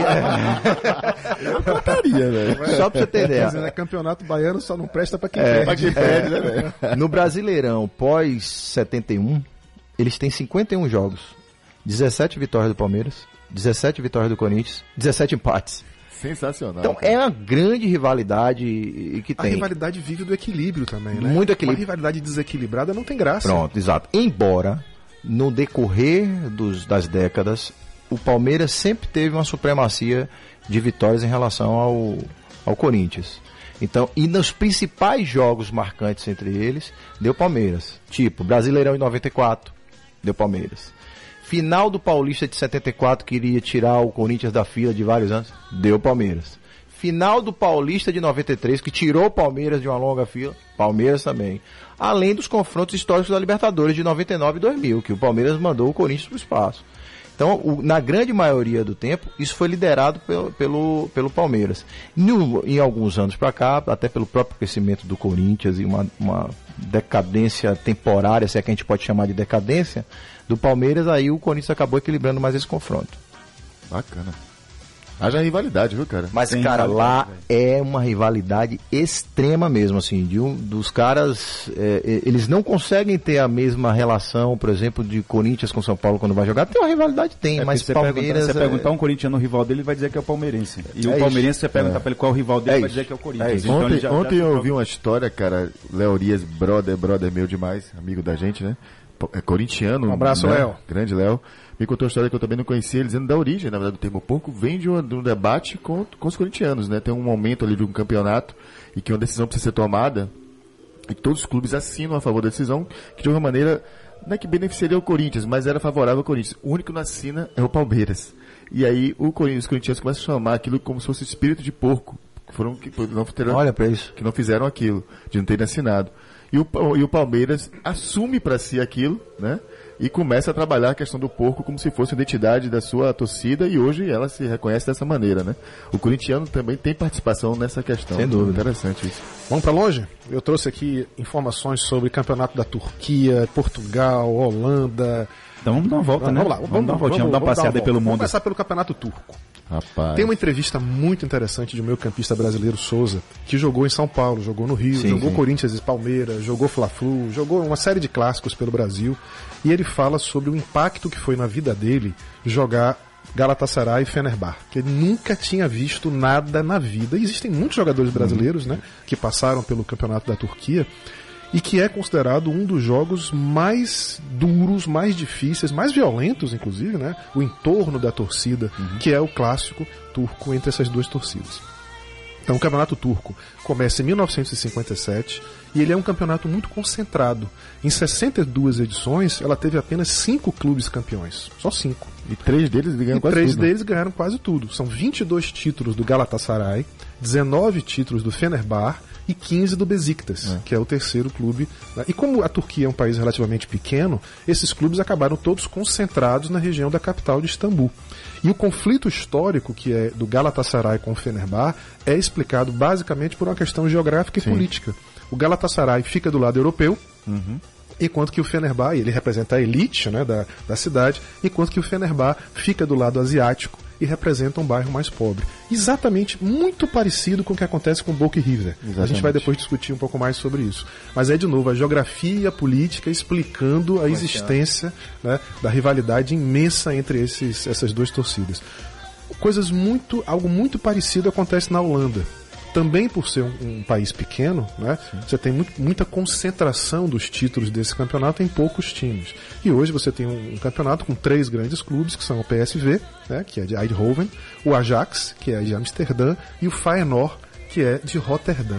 eu contaria, velho. Só pra você ter ideia. Mas, né, campeonato baiano só não presta pra quem é, perde. Pra quem perde, né, velho? No Brasileirão, pós setenta e um, eles têm cinquenta e um jogos, dezessete vitórias do Palmeiras, dezessete vitórias do Corinthians, dezessete empates. Sensacional. Então cara. é uma grande rivalidade que tem. A rivalidade vive do equilíbrio também, né? Muito equilíbrio. Uma rivalidade desequilibrada não tem graça. Pronto, exato. Embora, no decorrer dos, das décadas, o Palmeiras sempre teve uma supremacia de vitórias em relação ao, ao Corinthians. Então, e nos principais jogos marcantes entre eles, deu Palmeiras. Tipo, Brasileirão em noventa e quatro, deu Palmeiras. Final do Paulista de setenta e quatro, que iria tirar o Corinthians da fila de vários anos, deu Palmeiras. Final do Paulista de noventa e três, que tirou o Palmeiras de uma longa fila, Palmeiras também. Além dos confrontos históricos da Libertadores de noventa e nove e dois mil, que o Palmeiras mandou o Corinthians para o espaço. Então, o, na grande maioria do tempo, isso foi liderado pelo, pelo, pelo Palmeiras. No, em alguns anos para cá, até pelo próprio crescimento do Corinthians e uma, uma decadência temporária, se é que a gente pode chamar de decadência, do Palmeiras, aí o Corinthians acabou equilibrando mais esse confronto. Bacana. Haja rivalidade, viu, cara? Mas, Tem cara, lá é uma rivalidade extrema mesmo, assim, de um, dos caras, é, eles não conseguem ter a mesma relação, por exemplo, de Corinthians com São Paulo quando vai jogar. Tem uma rivalidade, tem, é, mas você Palmeiras... Pergunta, você é... perguntar um corintiano o rival dele, ele vai dizer que é o palmeirense. E é o palmeirense, isso. você perguntar é. pra ele qual é o rival dele, é vai dizer que é o Corinthians. É então, ontem já, ontem já eu ouvi uma história, cara, Léo Dias, brother, brother meu demais, amigo da gente, né? É corintiano. Um abraço, né? Léo. Grande Léo. Me contou uma história que eu também não conhecia, ele dizendo da origem, na verdade, do termo porco, vem de um, de um debate com, com os corintianos, né? Tem um momento ali de um campeonato e que uma decisão precisa ser tomada e todos os clubes assinam a favor da decisão, que de alguma maneira, não é que beneficiaria o Corinthians, mas era favorável ao Corinthians. O único que não assina é o Palmeiras. E aí o Corinthians, os corintianos começam a chamar aquilo como se fosse espírito de porco, que foram que não, terão, Olha pra isso. que não fizeram aquilo, de não terem assinado. E o, e o Palmeiras assume para si aquilo, né? E começa a trabalhar a questão do porco como se fosse a identidade da sua torcida e hoje ela se reconhece dessa maneira, né? O corintiano também tem participação nessa questão. Sem dúvida. Interessante isso. Vamos para longe? Eu trouxe aqui informações sobre campeonato da Turquia, Portugal, Holanda. Então vamos dar uma volta, vamos, né? Vamos lá, Vamos, vamos, dar uma voltinha, vamos, vamos dar uma passeada aí pelo mundo. Vamos começar pelo campeonato turco. Rapaz. Tem uma entrevista muito interessante de um meio campista brasileiro, Souza, que jogou em São Paulo, jogou no Rio, sim, jogou sim. Corinthians e Palmeiras, jogou Fla-Flu, jogou uma série de clássicos pelo Brasil. E ele fala sobre o impacto que foi na vida dele jogar Galatasaray e Fenerbahçe, que ele nunca tinha visto nada na vida. E existem muitos jogadores brasileiros, né, que passaram pelo campeonato da Turquia e que é considerado um dos jogos mais duros, mais difíceis, mais violentos, inclusive, né? O entorno da torcida, uhum. que é o clássico turco entre essas duas torcidas. Então, o campeonato turco começa em mil novecentos e cinquenta e sete e ele é um campeonato muito concentrado. Em sessenta e duas edições, ela teve apenas cinco clubes campeões. Só cinco. E três deles ganharam e quase três tudo. deles ganharam quase tudo. São vinte e dois títulos do Galatasaray, dezenove títulos do Fenerbahçe e quinze do Besiktas, é. que é o terceiro clube. E como a Turquia é um país relativamente pequeno, esses clubes acabaram todos concentrados na região da capital de Istambul. E o conflito histórico que é do Galatasaray com o Fenerbahçe é explicado basicamente por uma questão geográfica e Sim. política. O Galatasaray fica do lado europeu, uhum. enquanto que o Fenerbahçe, ele representa a elite, né, da, da cidade, enquanto que o Fenerbahçe fica do lado asiático e representa um bairro mais pobre. Exatamente muito parecido com o que acontece com Boca e River. Exatamente. A gente vai depois discutir um pouco mais sobre isso. Mas é, de novo, a geografia e a política explicando a existência, né, da rivalidade imensa entre esses, essas duas torcidas. Coisas muito, algo muito parecido acontece na Holanda. também por ser um, um país pequeno, né, você tem muito, muita concentração dos títulos desse campeonato em poucos times. E hoje você tem um, um campeonato com três grandes clubes, que são o P S V, né, que é de Eindhoven, o Ajax, que é de Amsterdã, e o Feyenoord, que é de Rotterdam.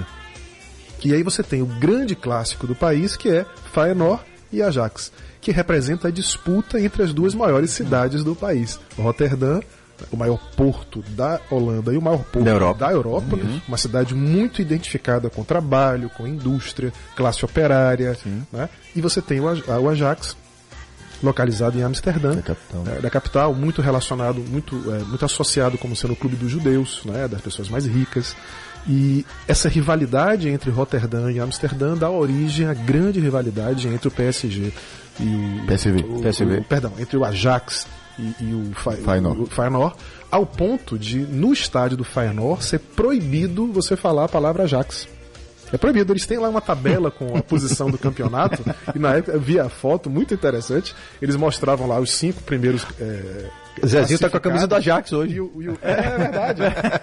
E aí você tem o grande clássico do país, que é Feyenoord e Ajax, que representa a disputa entre as duas maiores cidades do país. Rotterdam, o maior porto da Holanda e o maior porto da Europa, da Europa uhum. Uma cidade muito identificada com trabalho, com indústria, classe operária, né? E você tem o Ajax, localizado em Amsterdã, da capital, é, da capital muito relacionado, muito, é, muito associado como sendo o clube dos judeus, né? Das pessoas mais ricas. E essa rivalidade entre Rotterdam e Amsterdã dá origem à grande rivalidade entre o P S G e o... P S V. O, P S V. O, perdão, entre o Ajax e, e o, Feyenoord. o Feyenoord, ao ponto de, no estádio do Feyenoord, ser proibido você falar a palavra Ajax. É proibido, eles têm lá uma tabela com a posição do campeonato, e na época eu vi a foto, muito interessante, eles mostravam lá os cinco primeiros... É, Zezinho tá com a camisa do Ajax hoje. E o, e o, é, é verdade.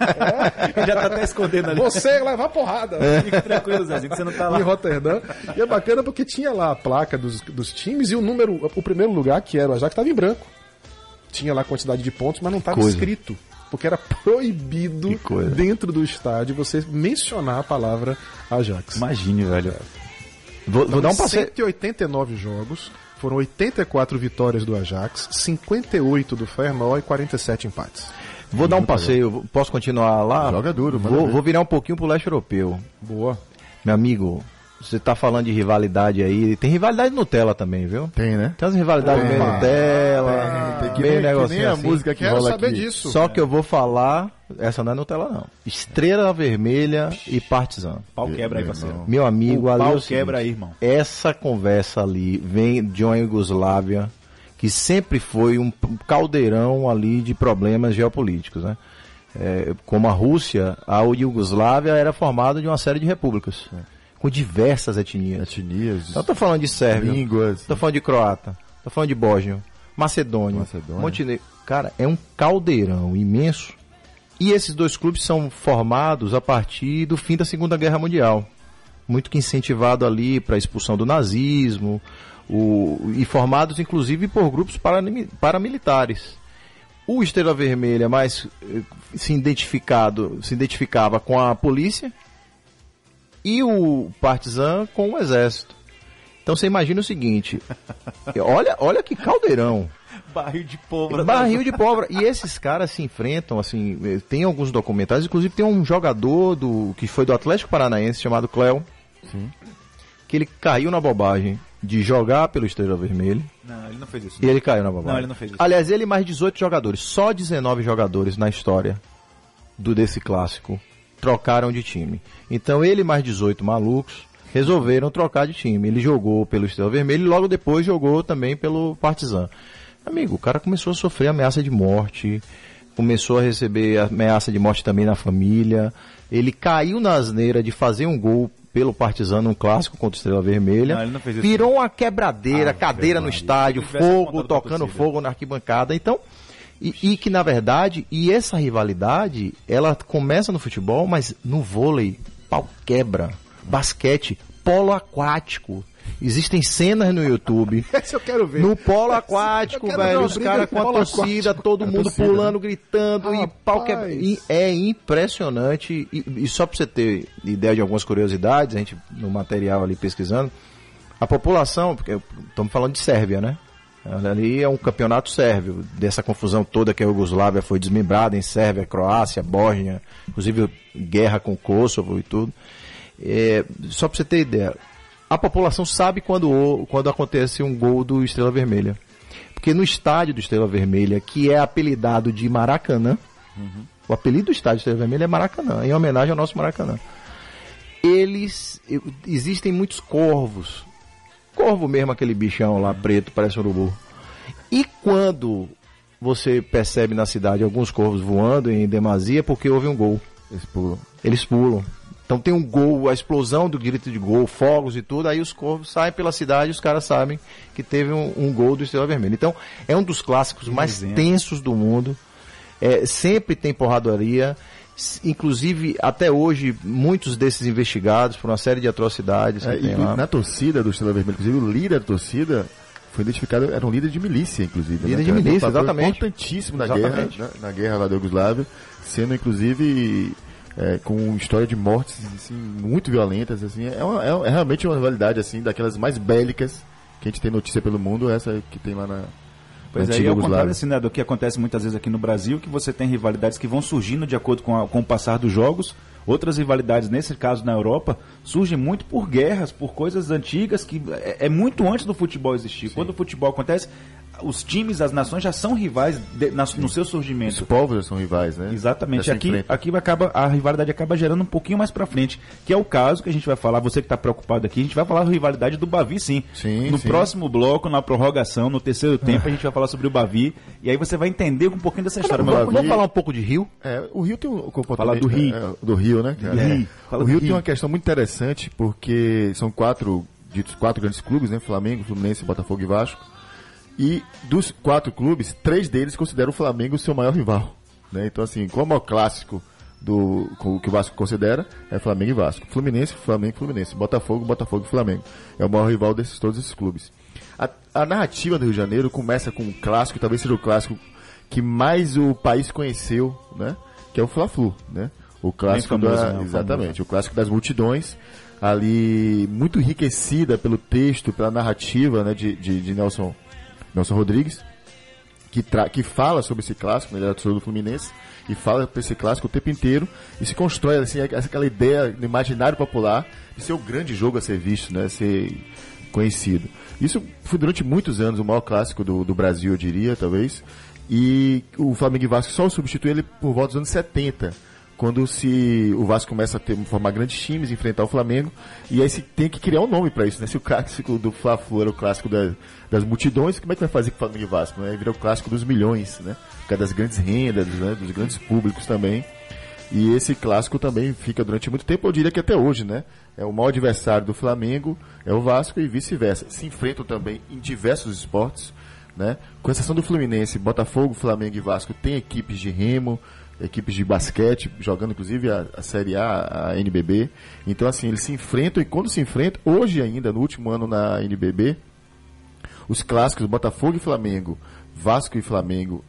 É. Já tá até escondendo ali. Você levar porrada. É. Fica tranquilo, Zezinho, que você não tá lá. Em Rotterdam. E é bacana porque tinha lá a placa dos, dos times e o número, o primeiro lugar, que era o Ajax, estava em branco. Tinha lá a quantidade de pontos, mas não estava escrito. Porque era proibido dentro do estádio você mencionar a palavra Ajax. Imagine, velho. É. Vou, então, vou dar um passeio. cento e oitenta e nove jogos, foram oitenta e quatro vitórias do Ajax, cinquenta e oito do Feyenoord e quarenta e sete empates. Vou dar um passeio, posso continuar lá? Joga duro, vou, vou virar um pouquinho pro leste europeu. Boa. Meu amigo, você tá falando de rivalidade aí, tem rivalidade Nutella também, viu? Tem, né? Tem umas rivalidades meio Nutella, tem, tem, meio nem, negocinho que nem a assim. música que Quero rola saber aqui. disso. Só que eu vou falar, essa não é Nutella não. Estrela Vermelha e Partizan. Pau quebra aí, parceiro. Meu amigo, o ali pau é o seguinte, quebra aí, irmão. Essa conversa ali vem de uma Iugoslávia que sempre foi um caldeirão ali de problemas geopolíticos, né? É, como a Rússia, a Iugoslávia era formada de uma série de repúblicas, né? Com diversas etnias. Etnias. Então tô falando de Sérvia, línguas. Tô falando de croata, tô falando de bósnio, Macedônia, Macedônia. Montenegro. Cara, é um caldeirão imenso. E esses dois clubes são formados a partir do fim da Segunda Guerra Mundial. Muito que incentivado ali para a expulsão do nazismo, o, e formados inclusive por grupos paramilitares. O Estrela Vermelha mais se, identificado, se identificava com a polícia e o Partizan com o exército. Então você imagina o seguinte, olha, olha que caldeirão. Barril de pólvora. Barril de pólvora. E esses caras se enfrentam, assim, tem alguns documentários, inclusive tem um jogador do que foi do Atlético Paranaense chamado Cléo, Sim. que ele caiu na bobagem de jogar pelo Estrela Vermelha. Não, ele não fez isso. E ele caiu na bobagem. Não, ele não fez isso. Aliás, ele e mais dezoito jogadores, só dezenove jogadores na história do desse clássico trocaram de time. Então ele e mais dezoito malucos resolveram trocar de time. Ele jogou pelo Estrela Vermelha e logo depois jogou também pelo Partizan. Amigo, o cara começou a sofrer ameaça de morte, começou a receber ameaça de morte também na família. Ele caiu na asneira de fazer um gol pelo Partizan num clássico contra o Estrela Vermelha. Não, ele não fez isso. Virou uma quebradeira, Ah, cadeira no Maria. estádio, fogo, tocando fogo na arquibancada. Então, e, e que na verdade, e essa rivalidade, ela começa no futebol, mas no vôlei, pau quebra, basquete, polo aquático. Existem cenas no YouTube. Esse eu quero ver. No polo aquático, Eu quero ver velho, uma os briga caras de com a polo torcida, aquático. todo mundo torcida, pulando, gritando Rapaz. e pau quebra. E é impressionante. E, e só pra você ter ideia de algumas curiosidades, a gente no material ali pesquisando, a população, porque estamos falando de Sérvia, né? Ali é um campeonato sérvio, dessa confusão toda que a Iugoslávia foi desmembrada em Sérvia, Croácia, Bósnia, inclusive guerra com o Kosovo e tudo. É, só pra você ter ideia, a população sabe quando, quando acontece um gol do Estrela Vermelha. Porque no estádio do Estrela Vermelha, que é apelidado de Maracanã, uhum. o apelido do estádio do Estrela Vermelha é Maracanã, em homenagem ao nosso Maracanã. Eles, existem muitos corvos, corvo mesmo, aquele bichão lá preto, parece um urubu. E quando você percebe na cidade alguns corvos voando em demasia, porque houve um gol. Eles pulam. Eles pulam. Então tem um gol, a explosão do grito de gol, fogos e tudo, aí os corvos saem pela cidade e os caras sabem que teve um, um gol do Estrela Vermelha. Então é um dos clássicos mais tensos do mundo. É, sempre tem porradaria. inclusive até hoje muitos desses investigados por uma série de atrocidades. É, e na torcida do Estrela Vermelha, inclusive o líder da torcida foi identificado, era um líder de milícia, inclusive. Líder né, de milícia, um exatamente. Importantíssimo na Exatamente. guerra, na, na guerra lá da Iugoslávia, sendo inclusive é, com história de mortes assim, muito violentas. Assim, é, uma, é, é realmente uma rivalidade assim, daquelas mais bélicas que a gente tem notícia pelo mundo, essa que tem lá na. Pois é, e ao contrário assim, né, do que acontece muitas vezes aqui no Brasil, que você tem rivalidades que vão surgindo de acordo com, a, com o passar dos jogos. Outras rivalidades, nesse caso na Europa, surgem muito por guerras, por coisas antigas que é, é muito antes do futebol existir. Sim. Quando o futebol acontece, os times, as nações já são rivais de, na, no seu surgimento. Os povos já são rivais, né? Exatamente. Aqui, aqui acaba, a rivalidade acaba gerando um pouquinho mais pra frente, que é o caso que a gente vai falar, você que está preocupado aqui, a gente vai falar da rivalidade do Bavi, sim. sim no sim. próximo bloco, na prorrogação, no terceiro tempo, a gente vai falar sobre o Bavi, e aí você vai entender um pouquinho dessa história. Mas vamos falar um pouco de Rio? É, o Rio tem um comportamento... Falar do Rio. É, do Rio, né? Do é. Rio. O Rio, Rio tem uma questão muito interessante, porque são quatro, ditos quatro grandes clubes, né? Flamengo, Fluminense, Botafogo e Vasco. E dos quatro clubes, três deles consideram o Flamengo o seu maior rival. Né? Então, assim, como é o clássico do que o Vasco considera, é Flamengo e Vasco. Fluminense, Flamengo e Fluminense. Botafogo, Botafogo e Flamengo. É o maior rival desses todos esses clubes. A, a narrativa do Rio de Janeiro começa com um clássico, talvez seja o clássico que mais o país conheceu, né? Que é o Fla-Flu, né? O clássico famoso, da, né? exatamente, o clássico das multidões, ali muito enriquecida pelo texto, pela narrativa, né, de, de, de Nelson, Nelson Rodrigues, que, tra, que fala sobre esse clássico, né, ele era torcedor do Fluminense, e fala sobre esse clássico o tempo inteiro, e se constrói assim, aquela ideia no imaginário popular de ser o grande jogo a ser visto, né, ser conhecido. Isso foi durante muitos anos o maior clássico do, do Brasil, eu diria, talvez, e o Flamengo e Vasco só substitui ele por volta dos anos setenta, quando se o Vasco começa a ter, formar grandes times, enfrentar o Flamengo, e aí se tem que criar um nome para isso, né? Se o clássico do Fla-Flu era o clássico da, das multidões, como é que vai fazer com o Flamengo e Vasco? Né? Vira o clássico dos milhões, né? Por causa das grandes rendas, né? Dos grandes públicos também. E esse clássico também fica durante muito tempo, eu diria que até hoje, né? É o maior adversário do Flamengo, é o Vasco e vice-versa. Se enfrentam também em diversos esportes, né? Com exceção do Fluminense, Botafogo, Flamengo e Vasco tem equipes de remo, equipes de basquete, jogando inclusive a, a Série A, a N B B. Então, assim, eles se enfrentam, e quando se enfrentam, hoje ainda, no último ano na N B B, os clássicos Botafogo e Flamengo, Vasco e Flamengo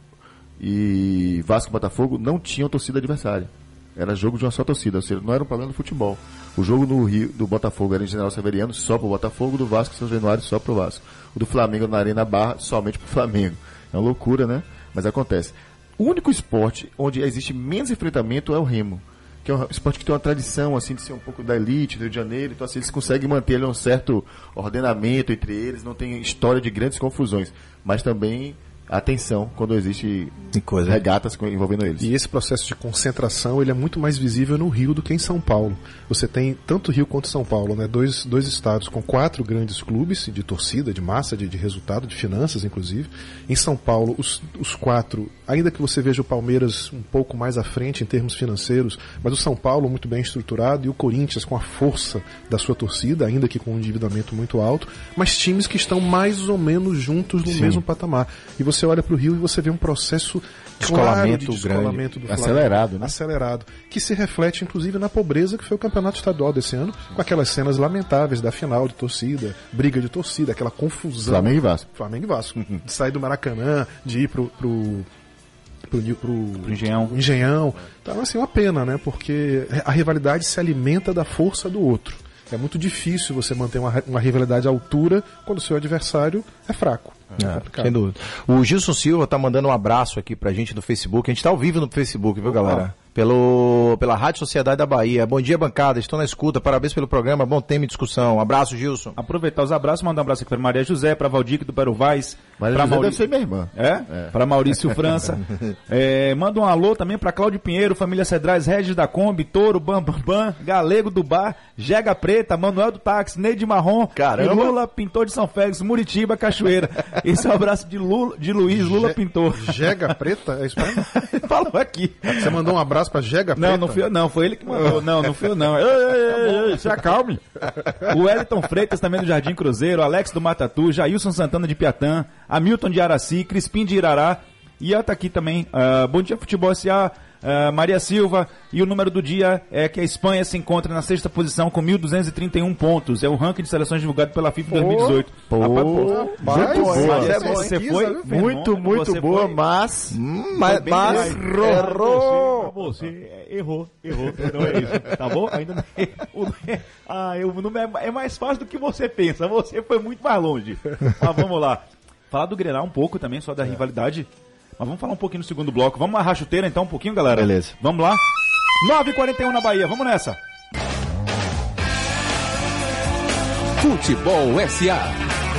e Vasco e Botafogo não tinham torcida adversária. Era jogo de uma só torcida, ou seja, não era um problema do futebol. O jogo no Rio, do Botafogo era em General Severiano, só pro Botafogo, do Vasco São Januário, só pro Vasco. O do Flamengo na Arena Barra, somente pro Flamengo. É uma loucura, né? Mas acontece. O único esporte onde existe menos enfrentamento é o remo, que é um esporte que tem uma tradição assim de ser um pouco da elite do Rio de Janeiro, então assim, eles conseguem manter ali um certo ordenamento entre eles, não tem história de grandes confusões, mas também atenção quando existe coisa, regatas envolvendo eles. E esse processo de concentração ele é muito mais visível no Rio do que em São Paulo. Você tem tanto Rio quanto São Paulo, né? dois, dois estados com quatro grandes clubes de torcida, de massa, de, de resultado, de finanças inclusive. Em São Paulo, os, os quatro, ainda que você veja o Palmeiras um pouco mais à frente em termos financeiros, mas o São Paulo muito bem estruturado e o Corinthians com a força da sua torcida, ainda que com um endividamento muito alto, mas times que estão mais ou menos juntos no Sim. mesmo patamar. E você Você olha para o Rio e você vê um processo descolamento, claro de descolamento grande, do Flamengo, acelerado, né? acelerado, que se reflete inclusive na pobreza que foi o campeonato estadual desse ano, com aquelas cenas lamentáveis da final de torcida, briga de torcida, aquela confusão. Flamengo e Vasco. Flamengo e Vasco. Uhum. De sair do Maracanã, de ir pro, pro Pro, pro, pro Engenhão. Engenhão. Então, assim, uma pena, né? Porque a rivalidade se alimenta da força do outro. É muito difícil você manter uma, uma rivalidade à altura quando o seu adversário é fraco. É, sem dúvida. O Gilson Silva tá mandando um abraço aqui pra gente do Facebook. A gente tá ao vivo no Facebook, viu, galera? Pelo, pela Rádio Sociedade da Bahia. Bom dia, bancada. Estou na escuta. Parabéns pelo programa. Bom tema e discussão. Um abraço, Gilson. Aproveitar os abraços, mandar um abraço aqui para Maria José, para Valdir do Peru Vaz. Maria José Mauri... deve ser minha irmã. É? é. Para Maurício França. é, manda um alô também para Cláudio Pinheiro, Família Cedrais, Regis da Kombi, Touro, Bam Bam Bam, Galego do Bar, Jega Preta, Manuel do Táxi, Neide Marrom, Caramba. E Lula Pintor de São Félix, Muritiba, Cachoeira. Esse é o abraço de, Lula, de Luiz Lula Je... Pintor. Jega Preta? É isso mesmo? Falou aqui. Você mandou um abraço para Jega Preta? Não, não fui eu não, foi ele que mandou. Não, não fui eu não. Ei, ei, ei, ei, se acalme. O Wellington Freitas também do Jardim Cruzeiro, Alex do Matatu, Jailson Santana de Piatã, Hamilton de Araci, Crispim de Irará. E ela tá aqui também. Uh, Bom dia, Futebol S A. Uh, Maria Silva, e o número do dia é que a Espanha se encontra na sexta posição com mil duzentos e trinta e um pontos. É o ranking de seleções divulgado pela FIFA em dois mil e dezoito. Pô, Rapaz, pô, mas, muito boa. mas É, é você pesquisa, foi viu, muito, muito você boa, foi- mas... Hum, mas, bem mas demais. errou. Você, você errou, errou, não é isso, tá bom? Ainda não é, o- ah, eu, não é, é mais fácil do que você pensa, você foi muito mais longe. Mas vamos lá. Falar do Grenal um pouco também, só da rivalidade. Mas vamos falar um pouquinho no segundo bloco. Vamos arrar a chuteira então um pouquinho, galera? Beleza. Vamos lá. nove e quarenta e um na Bahia, vamos nessa. Futebol S A.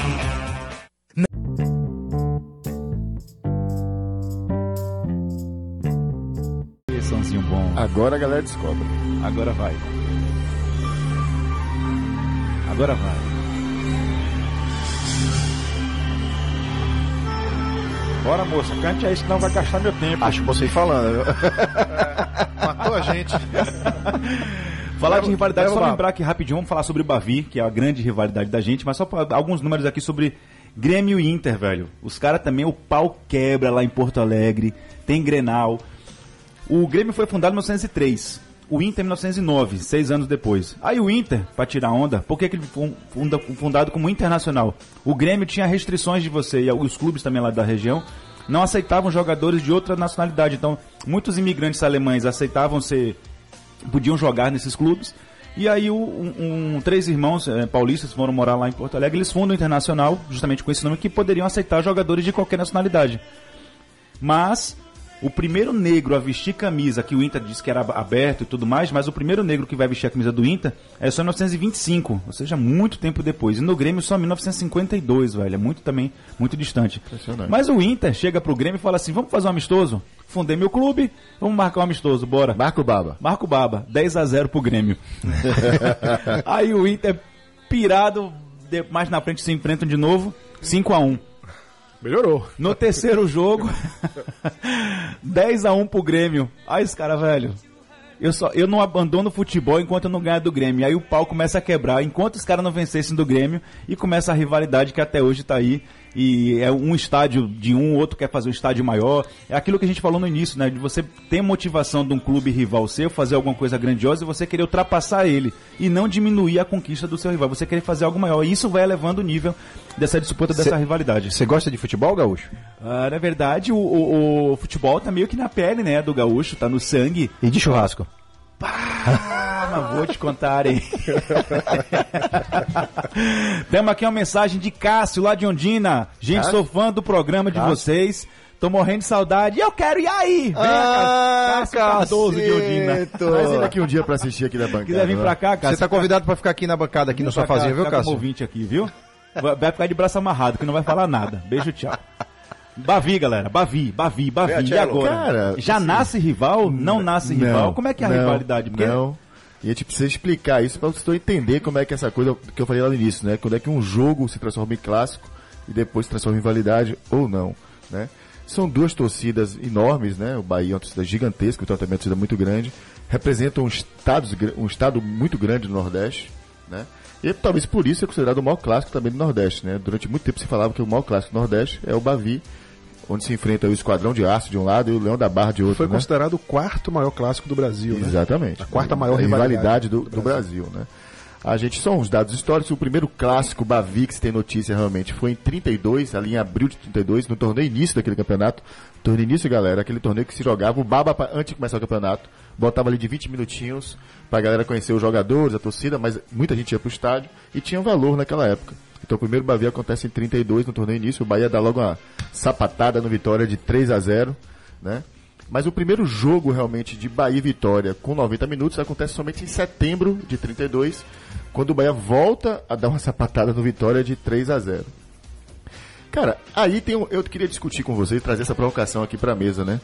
Sonzinho bom. Agora a galera descobre. Agora vai. Agora vai. Bora, moça, cante aí, senão vai gastar meu tempo. Acho que você falando, viu? Matou a gente. Falar Leva- de rivalidade, leva só lá. lembrar que rapidinho, vamos falar sobre o Bavi, que é a grande rivalidade da gente, mas só pra- alguns números aqui sobre Grêmio e Inter, velho. Os caras também, o pau quebra lá em Porto Alegre, tem Grenal. O Grêmio foi fundado em mil novecentos e três, o Inter em mil novecentos e nove, seis anos depois. Aí o Inter, pra tirar onda, por que que ele foi funda- fundado como Internacional? O Grêmio tinha restrições de você, e os clubes também lá da região não aceitavam jogadores de outra nacionalidade. Então, muitos imigrantes alemães aceitavam ser, podiam jogar nesses clubes. E aí, o- um, um- três irmãos eh, paulistas foram morar lá em Porto Alegre. Eles fundam o Internacional, justamente com esse nome, que poderiam aceitar jogadores de qualquer nacionalidade. Mas o primeiro negro a vestir camisa, que o Inter disse que era aberto e tudo mais, mas o primeiro negro que vai vestir a camisa do Inter é só em mil novecentos e vinte e cinco, ou seja, muito tempo depois. E no Grêmio só em mil novecentos e cinquenta e dois, velho, é muito também, muito distante. Impressionante. Mas o Inter chega pro Grêmio e fala assim, vamos fazer um amistoso? Fundei meu clube, vamos marcar um amistoso, bora. Marco Baba. Marco Baba, dez a zero pro Grêmio. Aí o Inter, pirado, de- mais na frente se enfrentam de novo, cinco a um. Melhorou. No terceiro jogo, dez a um pro Grêmio. Aí esse cara, velho, eu, só, eu não abandono o futebol enquanto eu não ganhar do Grêmio. Aí o pau começa a quebrar, enquanto os caras não vencessem do Grêmio, e começa a rivalidade que até hoje tá aí. E é um estádio de um, outro quer fazer um estádio maior. É aquilo que a gente falou no início, né? De você ter motivação de um clube rival seu, fazer alguma coisa grandiosa e você querer ultrapassar ele. E não diminuir a conquista do seu rival. Você querer fazer algo maior. E isso vai elevando o nível dessa disputa, dessa Cê- rivalidade. Você gosta de futebol, Gaúcho? Ah, na verdade, o, o- o futebol tá meio que na pele, né, do gaúcho, tá no sangue. E de churrasco? Ah, mas vou te contar, hein. Temos aqui uma mensagem de Cássio, lá de Ondina. Gente, Cássio? sou fã do programa de Cássio? vocês. Tô morrendo de saudade. E eu quero ir aí. Vem Ah, Cássio Cardoso de Ondina. caceto. Traz ele aqui um dia pra assistir aqui na bancada. Quiser vir né? pra cá, Cássio. Você tá convidado pra ficar aqui na bancada, aqui no sofazinho, viu, Fica como Cássio? ouvinte aqui, viu? Vai vai ficar de braço amarrado, que não vai falar nada. Beijo, tchau. Bavi, galera. Bavi, Bavi, Bavi. E Cello. agora? Cara, Já assim, nasce rival? Não nasce rival? Como é que é a não, rivalidade? Porque Não. E a gente precisa explicar isso para você entender como é que essa coisa que eu falei lá no início, né? Quando é que um jogo se transforma em clássico e depois se transforma em rivalidade ou não, né? São duas torcidas enormes, né? O Bahia é uma torcida gigantesca, o Vitória também é uma torcida muito grande, representam um estado, um estado muito grande do Nordeste, né? E talvez por isso é considerado o maior clássico também do Nordeste, né? Durante muito tempo se falava que o maior clássico do Nordeste é o Bavi, onde se enfrenta o Esquadrão de Aço de um lado e o Leão da Barra de outro, Foi né? considerado o quarto maior clássico do Brasil, né? Exatamente. A quarta maior a rivalidade rivalidade do, do Brasil, né? A gente, só uns dados históricos, o primeiro clássico Bavi que se tem notícia realmente foi em trinta e dois, ali em abril de trinta e dois, no torneio início daquele campeonato. Torneio início, galera, aquele torneio que se jogava, o Baba, antes de começar o campeonato, botava ali de vinte minutinhos pra galera conhecer os jogadores, a torcida, mas muita gente ia pro estádio e tinha valor naquela época. Então o primeiro Bavi acontece em trinta e dois, no torneio início, o Bahia dá logo uma sapatada no Vitória de três a zero, né? Mas o primeiro jogo realmente de Bahia e Vitória com noventa minutos acontece somente em setembro de trinta e dois, quando o Bahia volta a dar uma sapatada no Vitória de três a zero. Cara, aí tem um, eu queria discutir com você e trazer essa provocação aqui pra mesa, né?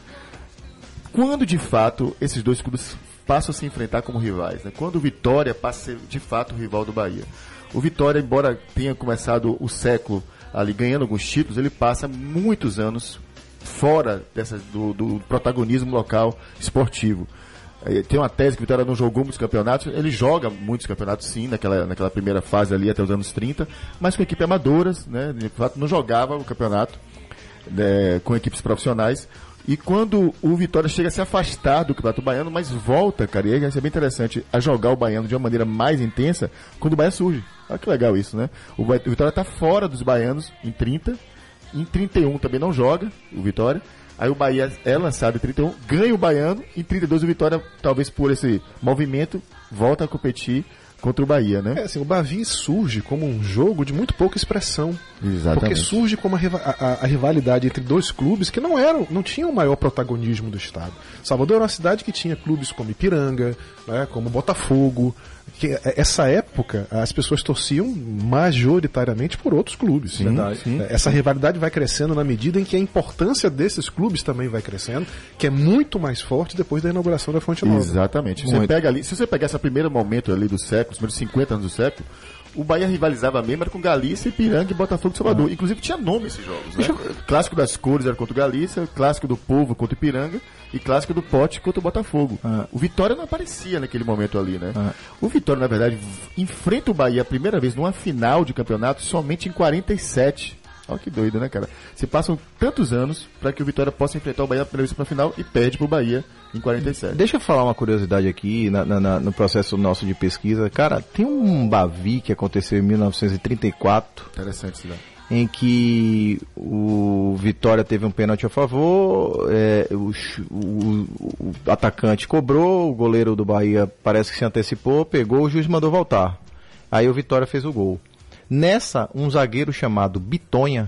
Quando de fato esses dois clubes passam a se enfrentar como rivais, né? Quando o Vitória passa a ser de fato o rival do Bahia. O Vitória, embora tenha começado o século ali ganhando alguns títulos, ele passa muitos anos fora dessa, do, do protagonismo local esportivo. É, tem uma tese que o Vitória não jogou muitos campeonatos, ele joga muitos campeonatos sim, naquela, naquela primeira fase ali até os anos trinta, mas com equipes amadoras, né? De fato não jogava o campeonato, né, com equipes profissionais. E quando o Vitória chega a se afastar do Campeonato Baiano, mas volta, cara, e isso é bem interessante, a jogar o Baiano de uma maneira mais intensa quando o Bahia surge. Olha que legal isso, né? O Vitória tá fora dos baianos em trinta, em trinta e um também não joga, o Vitória. Aí o Bahia é lançado em trinta e um, ganha o Baiano, em trinta e dois o Vitória, talvez por esse movimento, volta a competir contra o Bahia, né? É, assim, o Bavi surge como um jogo de muito pouca expressão. Exatamente. Porque surge como a, a, a rivalidade entre dois clubes que não eram, não tinham o maior protagonismo do estado. Salvador era uma cidade que tinha clubes como Ipiranga, né, como Botafogo. Que, essa época, as pessoas torciam majoritariamente por outros clubes. Sim, né? sim. Essa rivalidade vai crescendo na medida em que a importância desses clubes também vai crescendo, que é muito mais forte depois da inauguração da Fonte Nova. Exatamente. Você pega ali, se você pegar esse primeiro momento ali do século, os primeiros cinquenta anos do século, o Bahia rivalizava mesmo era com Galícia, Ipiranga e Botafogo de Salvador. Ah. Inclusive tinha nome esses jogos, né? Eu... Clássico das Cores era contra o Galícia, Clássico do Povo contra o Ipiranga e Clássico do Pote contra o Botafogo. Ah. O Vitória não aparecia naquele momento ali, né? Ah. O Vitória, na verdade, enfrenta o Bahia a primeira vez numa final de campeonato somente em quarenta e sete. Olha que doido, né, cara? Se passam tantos anos para que o Vitória possa enfrentar o Bahia a primeira vez para a final e perde pro Bahia em quarenta e sete. Deixa eu falar uma curiosidade aqui na, na, no processo nosso de pesquisa. Cara, tem um Bavi que aconteceu em mil novecentos e trinta e quatro. Interessante isso, né? Em que o Vitória teve um pênalti a favor, é, o, o, o atacante cobrou, o goleiro do Bahia parece que se antecipou, pegou, o juiz mandou voltar. Aí o Vitória fez o gol. Nessa, um zagueiro chamado Bitonha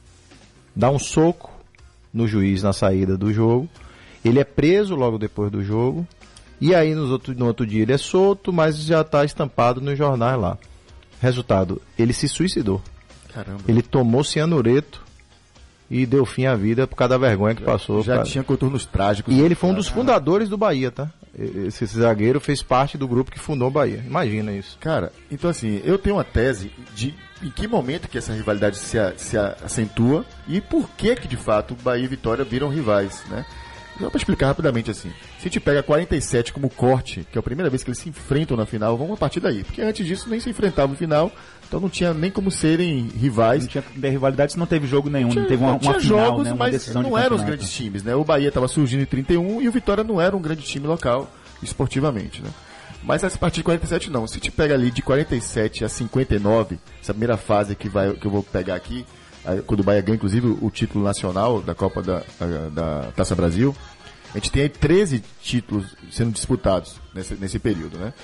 dá um soco no juiz na saída do jogo. Ele é preso logo depois do jogo. E aí nos outro, no outro dia ele é solto, mas já está estampado nos jornais lá. Resultado, ele se suicidou. Caramba. Ele tomou cianureto e deu fim à vida por causa da vergonha que já, passou. Já cara. Tinha contornos trágicos. E ele foi um dos fundadores do Bahia, tá? Esse, esse zagueiro fez parte do grupo que fundou o Bahia. Imagina isso. Cara, então assim, eu tenho uma tese de em que momento que essa rivalidade se, a, se a, acentua e por que que de fato Bahia e Vitória viram rivais, né? Só para explicar rapidamente assim. Se a gente pega quarenta e sete como corte, que é a primeira vez que eles se enfrentam na final, vamos a partir daí. Porque antes disso nem se enfrentavam no final, então não tinha nem como serem rivais. Não tinha rivalidade se não teve jogo nenhum, tinha, não teve uma, não tinha uma final, jogos, né, uma mas decisão não de eram os grandes times, né? O Bahia estava surgindo em trinta e um e o Vitória não era um grande time local, esportivamente, né? Mas a partir de quarenta e sete não. Se te pega ali de quarenta e sete a cinquenta e nove, essa primeira fase que, vai, que eu vou pegar aqui, quando o Bahia ganha inclusive o título nacional da Copa da, da, da Taça Brasil, a gente tem aí treze títulos sendo disputados nesse, nesse período, né?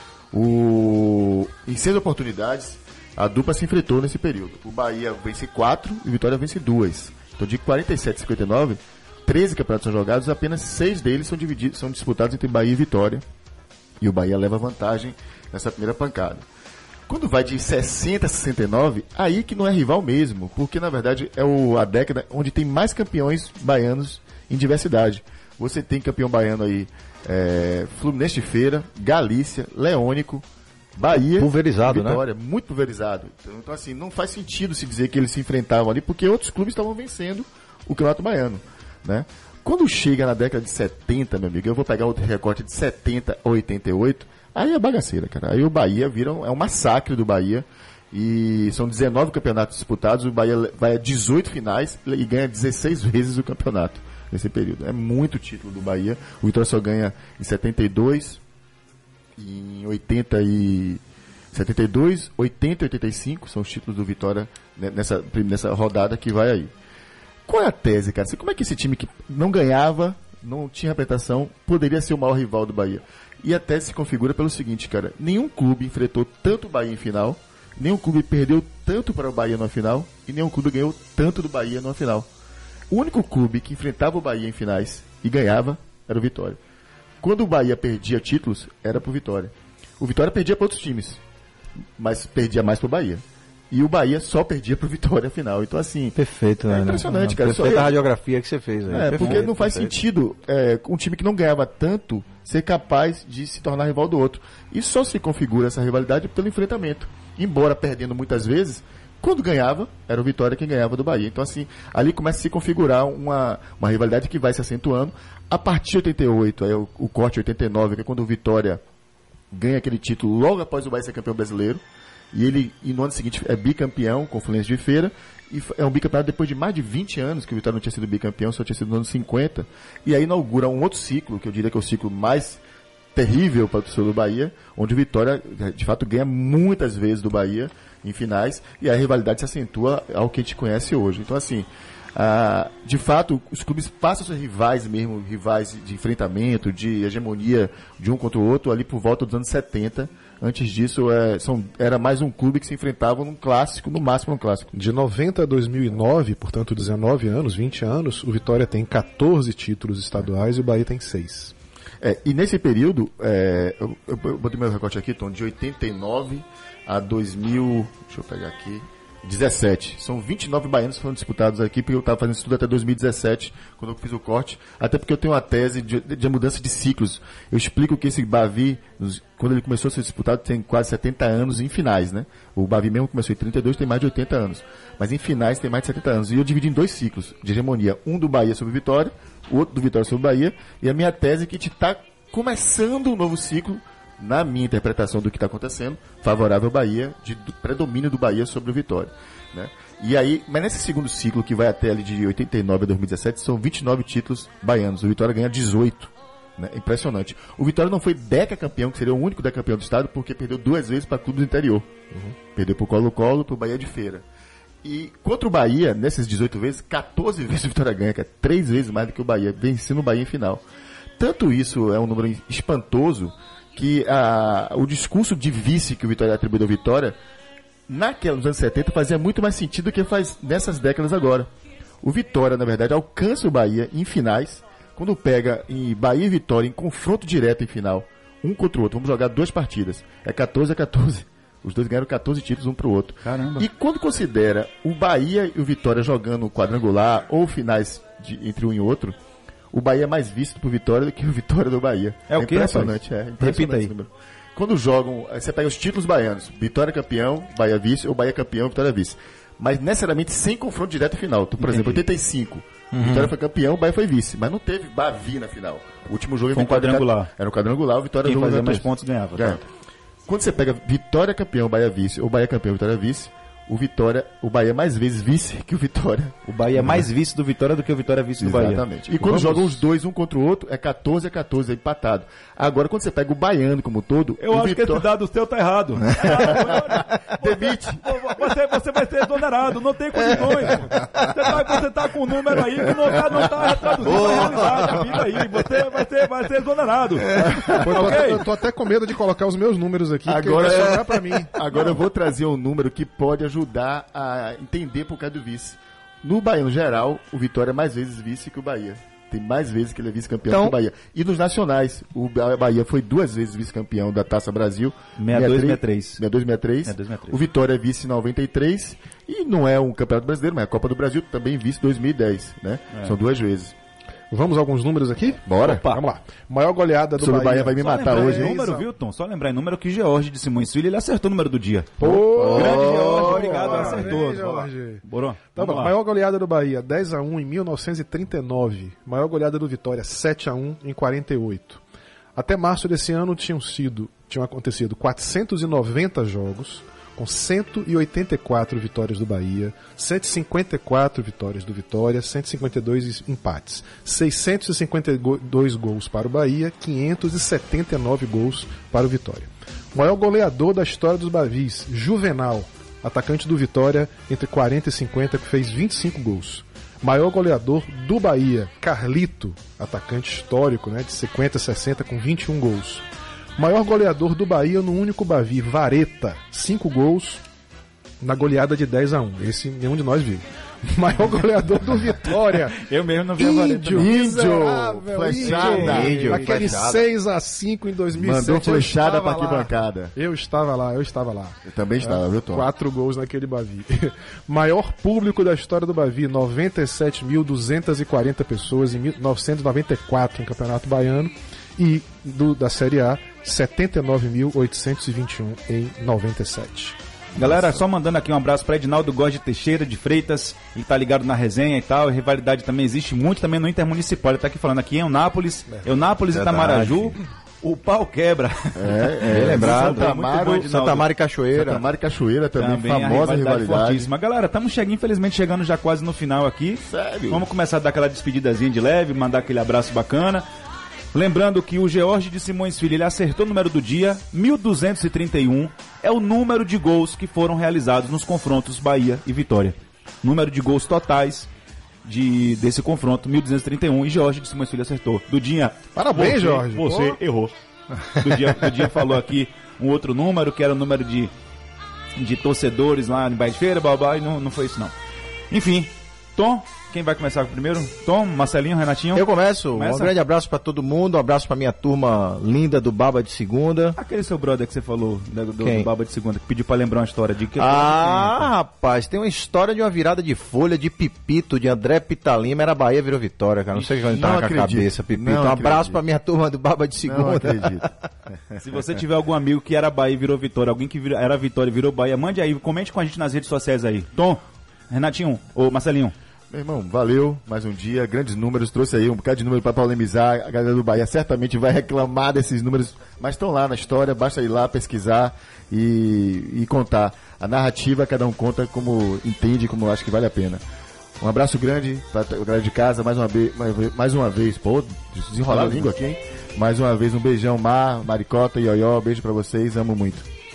O... Em seis oportunidades, a dupla se enfrentou nesse período. O Bahia vence quatro e o Vitória vence duas. Então de quarenta e sete a cinquenta e nove, treze campeonatos são jogados, apenas seis deles são, divididos, são disputados entre Bahia e Vitória. E o Bahia leva vantagem nessa primeira pancada. Quando vai de sessenta a sessenta e nove, aí que não é rival mesmo, porque na verdade é o, a década onde tem mais campeões baianos em diversidade. Você tem campeão baiano aí, é, Fluminense de Feira, Galícia, Leônico, Bahia, pulverizado, Vitória, né? Muito pulverizado. Então, então, assim, não faz sentido se dizer que eles se enfrentavam ali, porque outros clubes estavam vencendo o Campeonato Baiano, né? Quando chega na década de setenta, meu amigo, eu vou pegar outro recorte de setenta a oitenta e oito, aí é bagaceira, cara. Aí o Bahia vira um, é um massacre do Bahia. E são dezenove campeonatos disputados, o Bahia vai a dezoito finais e ganha dezesseis vezes o campeonato nesse período. É muito título do Bahia. O Vitória só ganha em setenta e dois, em oitenta e setenta e dois, oitenta e oitenta e cinco são os títulos do Vitória nessa, nessa rodada que vai aí. Qual é a tese, cara? Como é que esse time que não ganhava, não tinha representação, poderia ser o maior rival do Bahia? E a tese se configura pelo seguinte, cara. Nenhum clube enfrentou tanto o Bahia em final, nenhum clube perdeu tanto para o Bahia numa final, e nenhum clube ganhou tanto do Bahia numa final. O único clube que enfrentava o Bahia em finais e ganhava era o Vitória. Quando o Bahia perdia títulos, era pro Vitória. O Vitória perdia para outros times, mas perdia mais pro Bahia. E o Bahia só perdia pro Vitória final. Então, assim... Perfeito, né? É impressionante, cara. Perfeita Só... a radiografia que você fez aí. É, perfeito, porque não faz perfeito. sentido é, um time que não ganhava tanto ser capaz de se tornar rival do outro. E só se configura essa rivalidade pelo enfrentamento. Embora perdendo muitas vezes, quando ganhava, era o Vitória quem ganhava do Bahia. Então, assim, ali começa a se configurar uma, uma rivalidade que vai se acentuando. A partir de oitenta e oito, aí o, o corte oitenta e nove, que é quando o Vitória ganha aquele título logo após o Bahia ser campeão brasileiro. E ele, e no ano seguinte, é bicampeão com o Fluminense de Feira. E é um bicampeonato depois de mais de vinte anos que o Vitória não tinha sido bicampeão, só tinha sido nos anos cinquenta. E aí inaugura um outro ciclo, que eu diria que é o ciclo mais terrível para o torcedor do Bahia, onde o Vitória, de fato, ganha muitas vezes do Bahia em finais, e a rivalidade se acentua ao que a gente conhece hoje. Então, assim, ah, de fato, os clubes passam a ser rivais mesmo, rivais de enfrentamento, de hegemonia de um contra o outro, ali por volta dos anos setenta. Antes disso, é, são, era mais um clube que se enfrentava num clássico, no máximo num clássico. De noventa a dois mil e nove, portanto dezenove anos, vinte anos, o Vitória tem catorze títulos estaduais e o Bahia tem seis. É, e nesse período, é, eu, eu, eu botei meu recorte aqui, Tom, de oitenta e nove a dois mil, deixa eu pegar aqui, dezessete. São vinte e nove baianos que foram disputados aqui, porque eu estava fazendo estudo até dois mil e dezessete, quando eu fiz o corte, até porque eu tenho uma tese de, de, de mudança de ciclos. Eu explico que esse Bavi, quando ele começou a ser disputado, tem quase setenta anos em finais, né? O Bavi mesmo começou em trinta e dois, tem mais de oitenta anos. Mas em finais tem mais de setenta anos. E eu dividi em dois ciclos de hegemonia. Um do Bahia sobre Vitória, o outro do Vitória sobre Bahia. E a minha tese é que a gente está começando um novo ciclo, na minha interpretação do que está acontecendo, favorável ao Bahia, de do predomínio do Bahia sobre o Vitória, né? E aí, mas nesse segundo ciclo, que vai até ali de oitenta e nove a dois mil e dezessete, são vinte e nove títulos baianos. O Vitória ganha dezoito. Né? Impressionante. O Vitória não foi decacampeão, que seria o único decacampeão do estado, porque perdeu duas vezes para clube do interior. Uhum. Perdeu para o Colo-Colo, para o Bahia de Feira. E contra o Bahia, nessas dezoito vezes, catorze vezes o Vitória ganha, que é três vezes mais do que o Bahia, vencendo o Bahia em final. Tanto isso é um número espantoso, que a, o discurso de vice que o Vitória atribuiu ao Vitória, naquela, nos anos setenta, fazia muito mais sentido do que faz nessas décadas agora. O Vitória, na verdade, alcança o Bahia em finais, quando pega em Bahia e Vitória em confronto direto em final, um contra o outro. Vamos jogar duas partidas. É catorze a catorze. Os dois ganharam catorze títulos um pro outro. Caramba. E quando considera o Bahia e o Vitória jogando quadrangular ou finais de, entre um e outro, o Bahia é mais visto por Vitória do que o Vitória do Bahia. É, é o que, impressionante, é impressionante. Repita aí. Número. Quando jogam, você pega os títulos baianos, Vitória campeão, Bahia vice, ou Bahia campeão, Vitória vice. Mas necessariamente sem confronto direto final. Então, por exemplo, oitenta e cinco, uhum. Vitória foi campeão, Bahia foi vice. Mas não teve Bavi na final. O último jogo foi um quadrangular. Era um quadrangular, o Vitória Quem fazia mais todos. pontos ganhava. É. Tá? Quando você pega Vitória campeão, Bahia vice, ou Bahia campeão, Vitória vice, o Vitória, o Bahia é mais vezes vice que o Vitória. O Bahia é mais vice do Vitória do que o Vitória é vice do Bahia. Exatamente. E quando Vamos... jogam os dois um contra o outro, é catorze a catorze, é empatado. Agora, quando você pega o baiano como um todo... Eu acho Vitória... que esse dado seu tá errado. Demite. Você, você vai ser exonerado, não tem condições. Você tá, você tá com um número aí que não tá, não tá retraduzindo a realidade da vida aí. Você vai ser, vai ser exonerado. É. Pô, eu, tô okay? até, eu tô até com medo de colocar os meus números aqui, agora vai sobrar pra mim. Agora eu vou trazer um número que pode ajudar a entender por causa do vice. No Baiano geral, o Vitória é mais vezes vice que o Bahia. Tem mais vezes que ele é vice-campeão então, que o Bahia. E nos nacionais, o Bahia foi duas vezes vice-campeão da Taça Brasil. sessenta e dois, sessenta e três. sessenta e dois, sessenta e três. sessenta e dois, sessenta e três. O Vitória é vice em noventa e três. E não é um campeonato brasileiro, mas é a Copa do Brasil, também vice em dois mil e dez. Né? É. São duas vezes. Vamos a alguns números aqui? Bora. Opa. Vamos lá. Maior goleada do Sobre Bahia. o Bahia vai me Só matar hoje. Número, viu, Tom? Só lembrar, em número que George de Simões Filho, ele acertou o número do dia. Oh, grande George, obrigado, oh, acertou. George. Bora. Tá bom. Maior goleada do Bahia, dez a um em mil novecentos e trinta e nove. Maior goleada do Vitória, sete a um em quarenta e oito. Até março desse ano tinham sido, tinham acontecido quatrocentos e noventa jogos, com cento e oitenta e quatro vitórias do Bahia, cento e cinquenta e quatro vitórias do Vitória, cento e cinquenta e dois empates, seiscentos e cinquenta e dois gols para o Bahia, quinhentos e setenta e nove gols para o Vitória. O maior goleador da história dos Bavis, Juvenal, atacante do Vitória entre quarenta e cinquenta, que fez vinte e cinco gols. Maior goleador do Bahia, Carlito, atacante histórico, né, de cinquenta a sessenta, com vinte e um gols. Maior goleador do Bahia no único Bavi, Vareta, cinco gols na goleada de dez a um. Esse nenhum de nós viu. Maior goleador do Vitória. Eu mesmo não vi a Vareta. Índio, Índio, flechada. Índio, aquele seis a cinco em dois mil e sete. Mandou flechada pra arquibancada. Eu estava lá, eu estava lá. Eu também estava, é, viu, Tom? Quatro gols naquele Bavi. Maior público da história do Bavi, noventa e sete mil duzentas e quarenta pessoas em mil novecentos e noventa e quatro em Campeonato Baiano. E do, da Série A, setenta e nove mil oitocentos e vinte e um em noventa e sete. Galera, só mandando aqui um abraço para Edinaldo Góes de Teixeira de Freitas, ele tá ligado na resenha e tal, e rivalidade também existe muito também no Intermunicipal, ele tá aqui falando aqui em Eunápolis, é, Eunápolis e Itamaraju, O pau quebra. É, é. Bem lembrado. Santa Muito Amaro, bom, Edinaldo. Santa Amaro e Cachoeira. Santa Amaro e Cachoeira também, Também a famosa rivalidade. fortíssima. Galera, estamos chegando, infelizmente, chegando já quase no final aqui. Sério? Vamos começar a dar aquela despedidazinha de leve, mandar aquele abraço bacana. Lembrando que o George de Simões Filho, ele acertou o número do dia, mil duzentos e trinta e um, é o número de gols que foram realizados nos confrontos Bahia e Vitória. Número de gols totais de, desse confronto, mil duzentos e trinta e um, e George de Simões Filho acertou. Dudinha, Parabéns, você, Jorge. Você Pô. errou. Dudinha, Dudinha falou aqui um outro número, que era o número de, de torcedores lá em Bahia de Feira, blá, blá, e não, não foi isso não. Enfim, Tom, quem vai começar primeiro? Tom, Marcelinho, Renatinho? Eu começo. Começa. Um grande abraço pra todo mundo, um abraço pra minha turma linda do Baba de Segunda. Aquele seu brother que você falou, né, do, do Quem? Baba de Segunda, que pediu pra lembrar uma história de que... Ah, rapaz, tem uma história de uma virada de folha de Pipito, de André Pitalima, era Bahia, virou Vitória, cara. Não sei o que vai entrar Não com a acredito. cabeça, Pipito. Não Um abraço acredito. pra minha turma do Baba de Não Segunda. acredito. Se você tiver algum amigo que era Bahia e virou Vitória, alguém que vira- era Vitória e virou Bahia, mande aí, comente com a gente nas redes sociais aí. Tom, Renatinho, ou Marcelinho. Meu irmão, valeu, mais um dia, grandes números, trouxe aí um bocado de número para polemizar, a galera do Bahia certamente vai reclamar desses números, mas estão lá na história, basta ir lá pesquisar e, e contar. A narrativa cada um conta como entende, como acha que vale a pena. Um abraço grande para a galera de casa, mais uma, be- mais- mais uma vez, pô, desenrolar a língua aqui, hein? Mais uma vez um beijão, Mar, Maricota e Ioió, beijo para vocês, amo muito.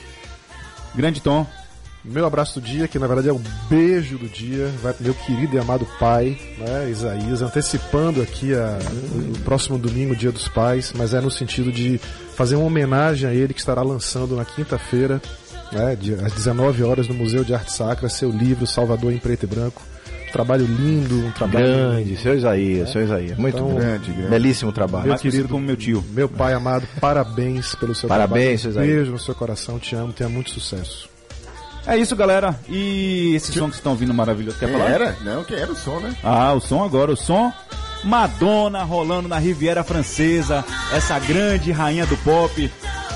Grande Tom. Meu abraço do dia, que na verdade é o beijo do dia, vai pro meu querido e amado pai, né, Isaías, antecipando aqui a, o próximo domingo, Dia dos Pais, mas é no sentido de fazer uma homenagem a ele, que estará lançando na quinta-feira, né, de- às dezenove horas, no Museu de Arte Sacra, seu livro Salvador em Preto e Branco. Um trabalho lindo, um trabalho... Grande, seu Isaías, seu Isaías. Muito Então, bom. Grande, grande. Belíssimo trabalho. Mais conhecido como meu tio. Meu pai amado, parabéns pelo seu Parabéns, trabalho. Isaías. Beijo no seu coração, te amo, tenha muito sucesso. É isso, galera. E esse som que vocês estão ouvindo maravilhoso, quer Quem falar? era? Não, quem era o som, né? Ah, o som agora, o som Madonna rolando na Riviera Francesa, essa grande rainha do pop,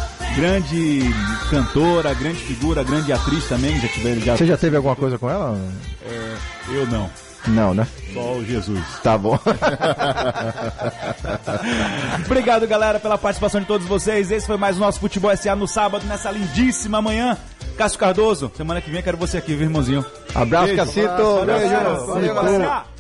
grande cantora, grande figura, grande atriz também, já tiveram já. Você já teve alguma coisa com ela? Eu não. Não, né? Só o Jesus. Tá bom. Obrigado, galera, pela participação de todos vocês. Esse foi mais o nosso Futebol S A no sábado, nessa lindíssima manhã. Cássio Cardoso, semana que vem quero você aqui, viu, irmãozinho? Abraço, Beijo. Cacito. Valeu, Beijo. galera. Valeu, Valeu. galera.